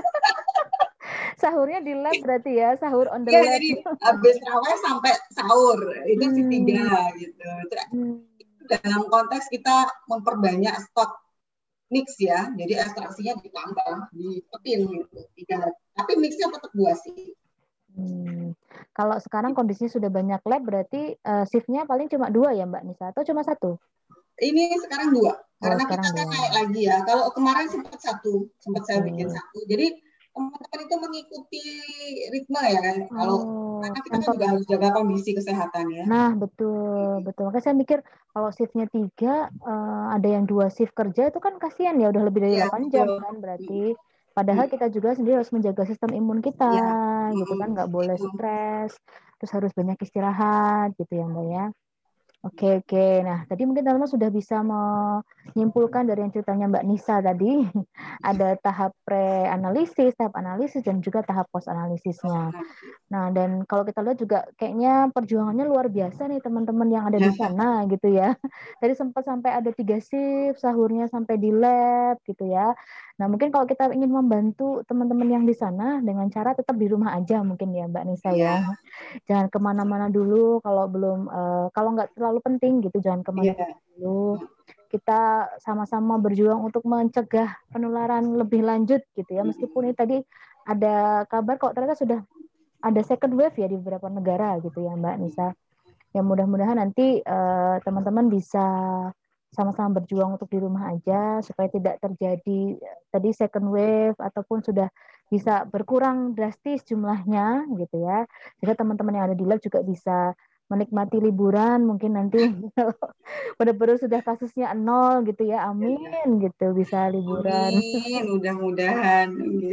Sahurnya di lab berarti ya, sahur on the Iya, lab. jadi habis raweh sampai sahur itu hmm. shift tiga gitu. Itu, hmm. itu dalam konteks kita memperbanyak stok mix ya, jadi ekstraksinya ditambah, dipetin gitu. Tiga. Tapi mixnya tetap dua sih. Hmm. Kalau sekarang kondisinya sudah banyak lab, berarti uh, shiftnya paling cuma dua ya Mbak Nisa, atau cuma satu? Ini sekarang dua, karena oh, kita kan dua. naik lagi ya. Kalau kemarin sempat satu, sempat okay. saya bikin satu. Jadi teman-teman itu mengikuti ritme ya kan. Oh, kalau karena kita kan juga harus jaga kondisi kesehatan ya. Nah betul, betul. Makanya saya mikir kalau shiftnya tiga, uh, ada yang dua shift kerja itu kan kasihan ya, udah lebih dari ya, delapan betul. jam kan berarti. Padahal kita juga sendiri harus menjaga sistem imun kita, ya. gitu kan, nggak boleh stres, terus harus banyak istirahat, gitu ya Mbak ya. Oke, oke. Nah, tadi mungkin teman-teman sudah bisa menyimpulkan dari yang ceritanya Mbak Nisa tadi. Ada tahap pre-analisis, tahap analisis, dan juga tahap post-analisisnya. Nah, dan kalau kita lihat juga kayaknya perjuangannya luar biasa nih teman-teman yang ada di sana gitu ya. Tadi sempat sampai ada tiga shift, sahurnya sampai di lab gitu ya. Nah, mungkin kalau kita ingin membantu teman-teman yang di sana dengan cara tetap di rumah aja mungkin ya Mbak Nisa ya. Jangan kemana-mana dulu kalau belum, uh, kalau nggak terlalu penting gitu, jangan kemana-mana dulu. Kita sama-sama berjuang untuk mencegah penularan lebih lanjut gitu ya. Meskipun ini tadi ada kabar kok ternyata sudah ada second wave ya di beberapa negara gitu ya Mbak Nisa. Ya mudah-mudahan nanti uh, teman-teman bisa sama-sama berjuang untuk di rumah aja supaya tidak terjadi tadi second wave ataupun sudah bisa berkurang drastis jumlahnya gitu ya. Sehingga teman-teman yang ada di lab juga bisa menikmati liburan mungkin nanti benar-benar sudah kasusnya nol gitu ya. Amin gitu bisa liburan. Amin, mudah-mudahan.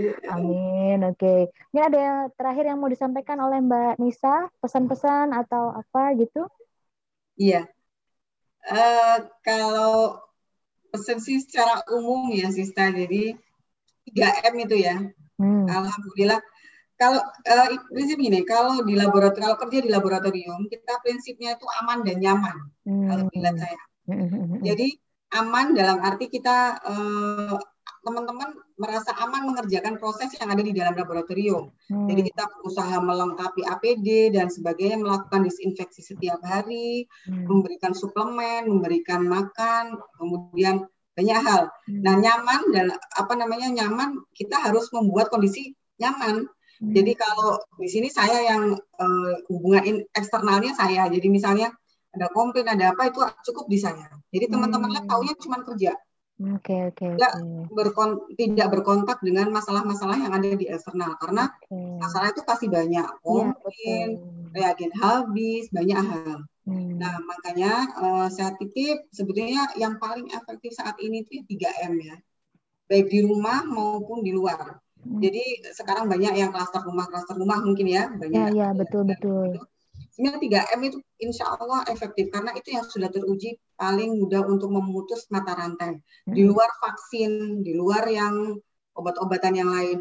Amin. Oke. Okay. Ini ada yang terakhir yang mau disampaikan oleh Mbak Nisa, pesan-pesan atau apa gitu? Iya. Uh, kalau pesan sih secara umum ya Sista, jadi tiga M itu ya. Hmm. Alhamdulillah. Kalau uh, prinsip gini, kalau di laboratorium, kalau kerja di laboratorium, kita prinsipnya itu aman dan nyaman. Hmm. Kalau dilihat saya. Hmm. Jadi aman dalam arti kita uh, teman-teman merasa aman mengerjakan proses yang ada di dalam laboratorium. Hmm. Jadi kita berusaha melengkapi A P D dan sebagainya, melakukan disinfeksi setiap hari, hmm. memberikan suplemen, memberikan makan, kemudian banyak hal. Hmm. Nah, nyaman dan apa namanya nyaman, kita harus membuat kondisi nyaman. Hmm. Jadi kalau di sini saya yang uh, hubungan in, eksternalnya saya, jadi misalnya ada komplain, ada apa, itu cukup di saya. Jadi teman-teman lab hmm. taunya cuma kerja. Oke, okay, oke, okay, tidak okay. berkon, tidak berkontak dengan masalah-masalah yang ada di eksternal karena okay. masalah itu pasti banyak, komplain, ya, reagen habis, banyak hal. Hmm. Nah makanya uh, saya titip sebetulnya yang paling efektif saat ini itu tiga M ya, baik di rumah maupun di luar. Hmm. Jadi sekarang banyak yang klaster rumah, klaster rumah mungkin ya banyak. Ya, ya betul betul. Sebenarnya tiga M itu insya Allah efektif karena itu yang sudah teruji paling mudah untuk memutus mata rantai. Di luar vaksin, di luar yang obat-obatan yang lain.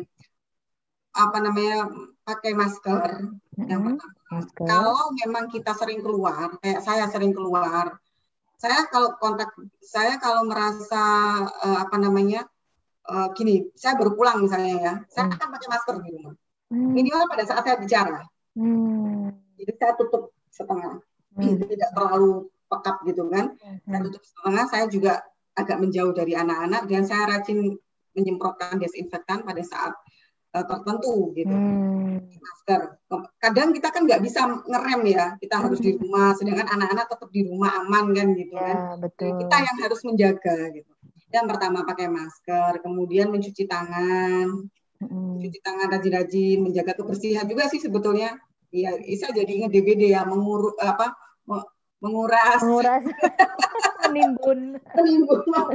Apa namanya, pakai masker. Mm-hmm. Yang pertama. Masker. Kalau memang kita sering keluar, kayak saya sering keluar, saya kalau kontak, saya kalau merasa uh, apa namanya, uh, gini, saya baru pulang misalnya ya, saya akan pakai masker di rumah. Mm. Minimal pada saat saya bicara. Mm. Jadi saya tutup setengah. Hmm. tidak terlalu pekat gitu kan. Saya tutup setengah, saya juga agak menjauh dari anak-anak dan saya rajin menyemprotkan desinfektan pada saat uh, tertentu gitu. Hmm. Masker. Kadang kita kan nggak bisa ngerem ya, kita hmm. harus di rumah, sedangkan anak-anak tetap di rumah aman kan gitu ya, kan. Betul. Kita yang harus menjaga gitu. Yang pertama pakai masker, kemudian mencuci tangan, hmm. mencuci tangan rajin-rajin, menjaga kebersihan juga sih sebetulnya. Iya, Isa jadi ingat D B D ya, mengurus apa menguras, menguras, menimbun, menimbun. Nah,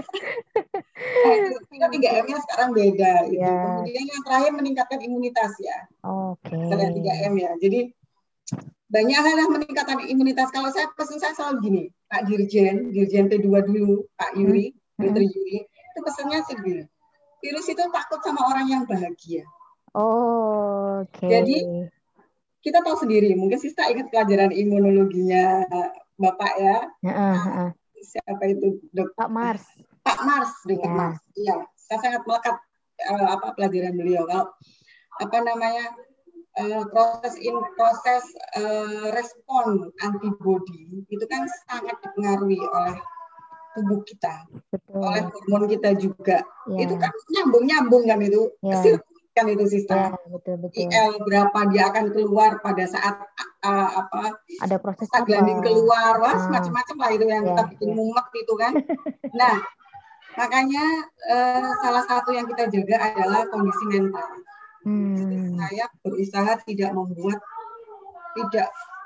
itu tiga M-nya sekarang beda. Gitu. Yeah. Kemudian yang terakhir meningkatkan imunitas ya. Oke. Okay. tiga M ya. Jadi banyak hal yang meningkatkan imunitas. Kalau saya pesan saya selalu gini, Pak Dirjen, Dirjen P dua dulu, Pak Yuri, hmm. Dokter Yuri, itu pesannya segini. Virus itu takut sama orang yang bahagia. Oh, oke. Okay. Jadi kita tahu sendiri, mungkin Sista ingat pelajaran imunologinya Bapak ya. Uh, uh. Siapa itu? Dok? Pak Mars. Pak Mars, dengan ya. Mars. Iya, saya sangat melekat uh, apa pelajaran beliau. Kalau apa namanya uh, proses in proses uh, respon antibodi itu kan sangat dipengaruhi oleh tubuh kita, betul. Oleh hormon kita juga. Ya. Itu kan nyambung-nyambung kan itu. Ya. Kan itu sistem. Ya, betul, betul. I L berapa dia akan keluar pada saat uh, apa ada proses prostaglandin keluar, wah ah. macam-macam lah itu yang ya, kita bikin ya. mumet itu kan. Nah, makanya uh, salah satu yang kita jaga adalah kondisi mental. Hmm. Jadi saya berusaha tidak membuat tidak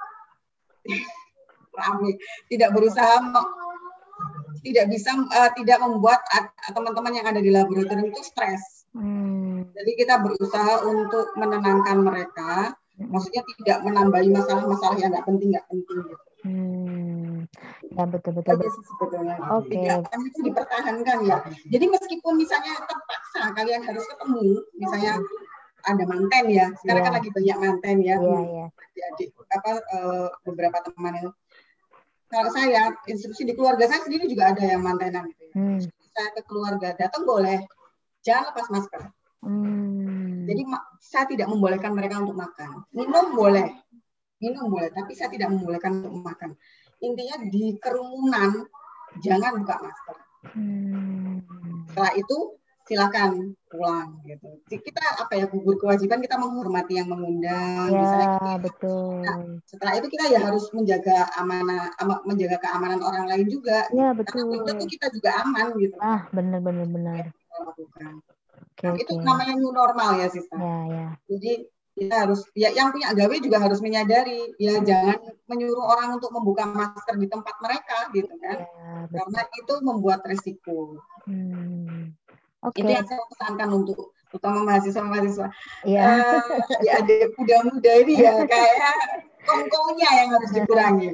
rame, tidak berusaha tidak bisa uh, tidak membuat teman-teman yang ada di laboratorium itu stres. Hmm. Jadi kita berusaha untuk menenangkan mereka, hmm. maksudnya tidak menambahi masalah-masalah yang nggak penting nggak penting. Gitu. Hmm. Ya betul betul. betul. Sebetulnya. Oke. Okay. Itu dipertahankan ya. Jadi meskipun misalnya terpaksa kalian harus ketemu, misalnya ada manten ya. Sekarang yeah. kan lagi banyak manten ya. Iya yeah, yeah. Jadi apa uh, beberapa teman itu. Kalau saya, instruksi di keluarga saya sendiri juga ada yang mantenan gitu ya. Hmm. Saya ke keluarga datang boleh, jangan lepas masker. Hmm. Jadi saya tidak membolehkan mereka untuk makan. Minum boleh, minum boleh, tapi saya tidak membolehkan untuk makan. Intinya di kerumunan jangan buka masker. Hmm. Setelah itu silakan pulang gitu. Kita apa ya gugur kewajiban kita menghormati yang mengundang. Ya misalnya kita, betul. Nah, setelah itu kita ya harus menjaga amanah, menjaga keamanan orang lain juga. Ya betul. Karena itu kita juga aman gitu. Ah benar benar benar. Lakukan. Okay, nah, okay. Itu namanya new normal ya Sista. Ya ya. Jadi kita harus ya yang punya gawe juga harus menyadari ya hmm. jangan menyuruh orang untuk membuka masker di tempat mereka gitu kan. Ya, karena itu membuat resiko. Hmm. Okay. Itu yang saya pesankan untuk terutama mahasiswa-mahasiswa. Yeah. Uh, ya ada muda-muda ini ya kayak kongkongnya yang harus dikurangi.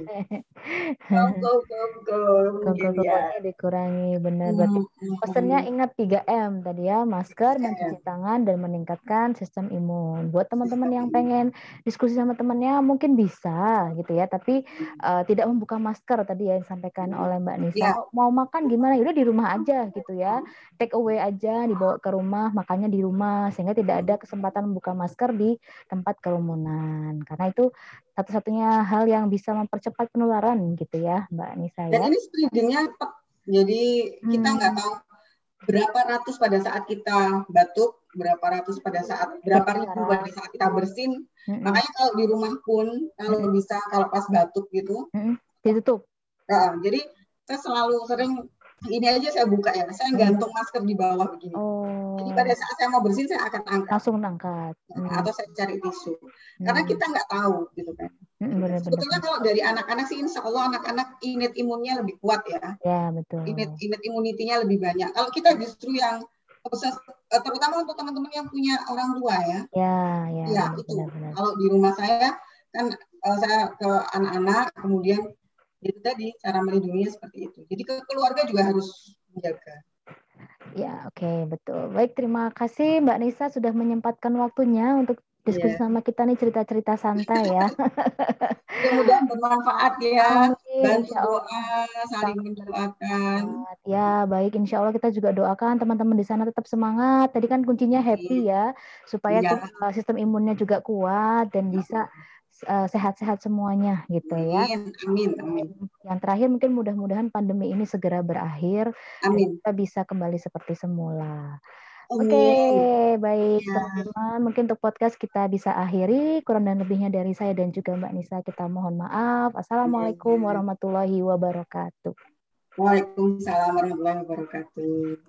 Kongkong-kongkongnya dikurangi, benar. Berarti pesannya ingat tiga M tadi ya, masker, mencuci tangan, dan meningkatkan sistem imun. Buat teman-teman yang pengen diskusi sama temannya mungkin bisa gitu ya, tapi uh, tidak membuka masker tadi ya yang disampaikan oleh Mbak Nisa. Yeah. Mau makan gimana? Udah di rumah aja gitu ya, take away aja, dibawa ke rumah, makannya di rumah, sehingga tidak ada kesempatan membuka masker di tempat kerumunan. Karena itu satu-satunya hal yang bisa mempercepat penularan gitu ya Mbak Nisa ya. Dan ini spreadingnya cepat. Jadi kita nggak hmm. tahu berapa ratus pada saat kita batuk, berapa ratus pada saat, berapa ribu pada saat kita bersin. Hmm. Makanya kalau di rumah pun, kalau hmm. bisa, kalau pas batuk gitu. Hmm. Ditutup. Nah, jadi saya selalu sering, ini aja saya buka ya, saya gantung masker di bawah begini. Oh. Jadi pada saat saya mau bersin, saya akan angkat. Langsung angkat. Hmm. Atau saya cari tisu. Hmm. Karena kita nggak tahu gitu kan. Hmm, benar, sebetulnya benar. Kalau dari anak-anak sih insya Allah anak-anak unit imunnya lebih kuat ya. Ya betul. Unit unit imunitinya lebih banyak. Kalau kita justru yang terutama untuk teman-teman yang punya orang tua ya. Ya ya. Ya benar, itu. Benar, benar. Kalau di rumah saya kan saya ke anak-anak kemudian itu tadi cara melindunginya seperti itu. Jadi ke keluarga juga harus menjaga. Ya oke okay, betul. Baik terima kasih Mbak Nisa sudah menyempatkan waktunya untuk diskusi yeah. sama kita nih cerita-cerita santai ya. Mudah-mudahan bermanfaat ya. Amin. Bantu doa, saling mendoakan. Ya baik, insya Allah kita juga doakan teman-teman di sana tetap semangat. Tadi kan kuncinya happy ya, supaya yeah. sistem imunnya juga kuat dan bisa uh, sehat-sehat semuanya gitu ya. Amin, amin, amin. Yang terakhir mungkin mudah-mudahan pandemi ini segera berakhir dan Amin. kita bisa kembali seperti semula. Oke, Amin. baik Ya. teman-teman. Mungkin untuk podcast kita bisa akhiri. Kurang dan lebihnya dari saya dan juga Mbak Nisa kita mohon maaf. Assalamualaikum Ya. warahmatullahi wabarakatuh. Waalaikumsalam warahmatullahi wabarakatuh.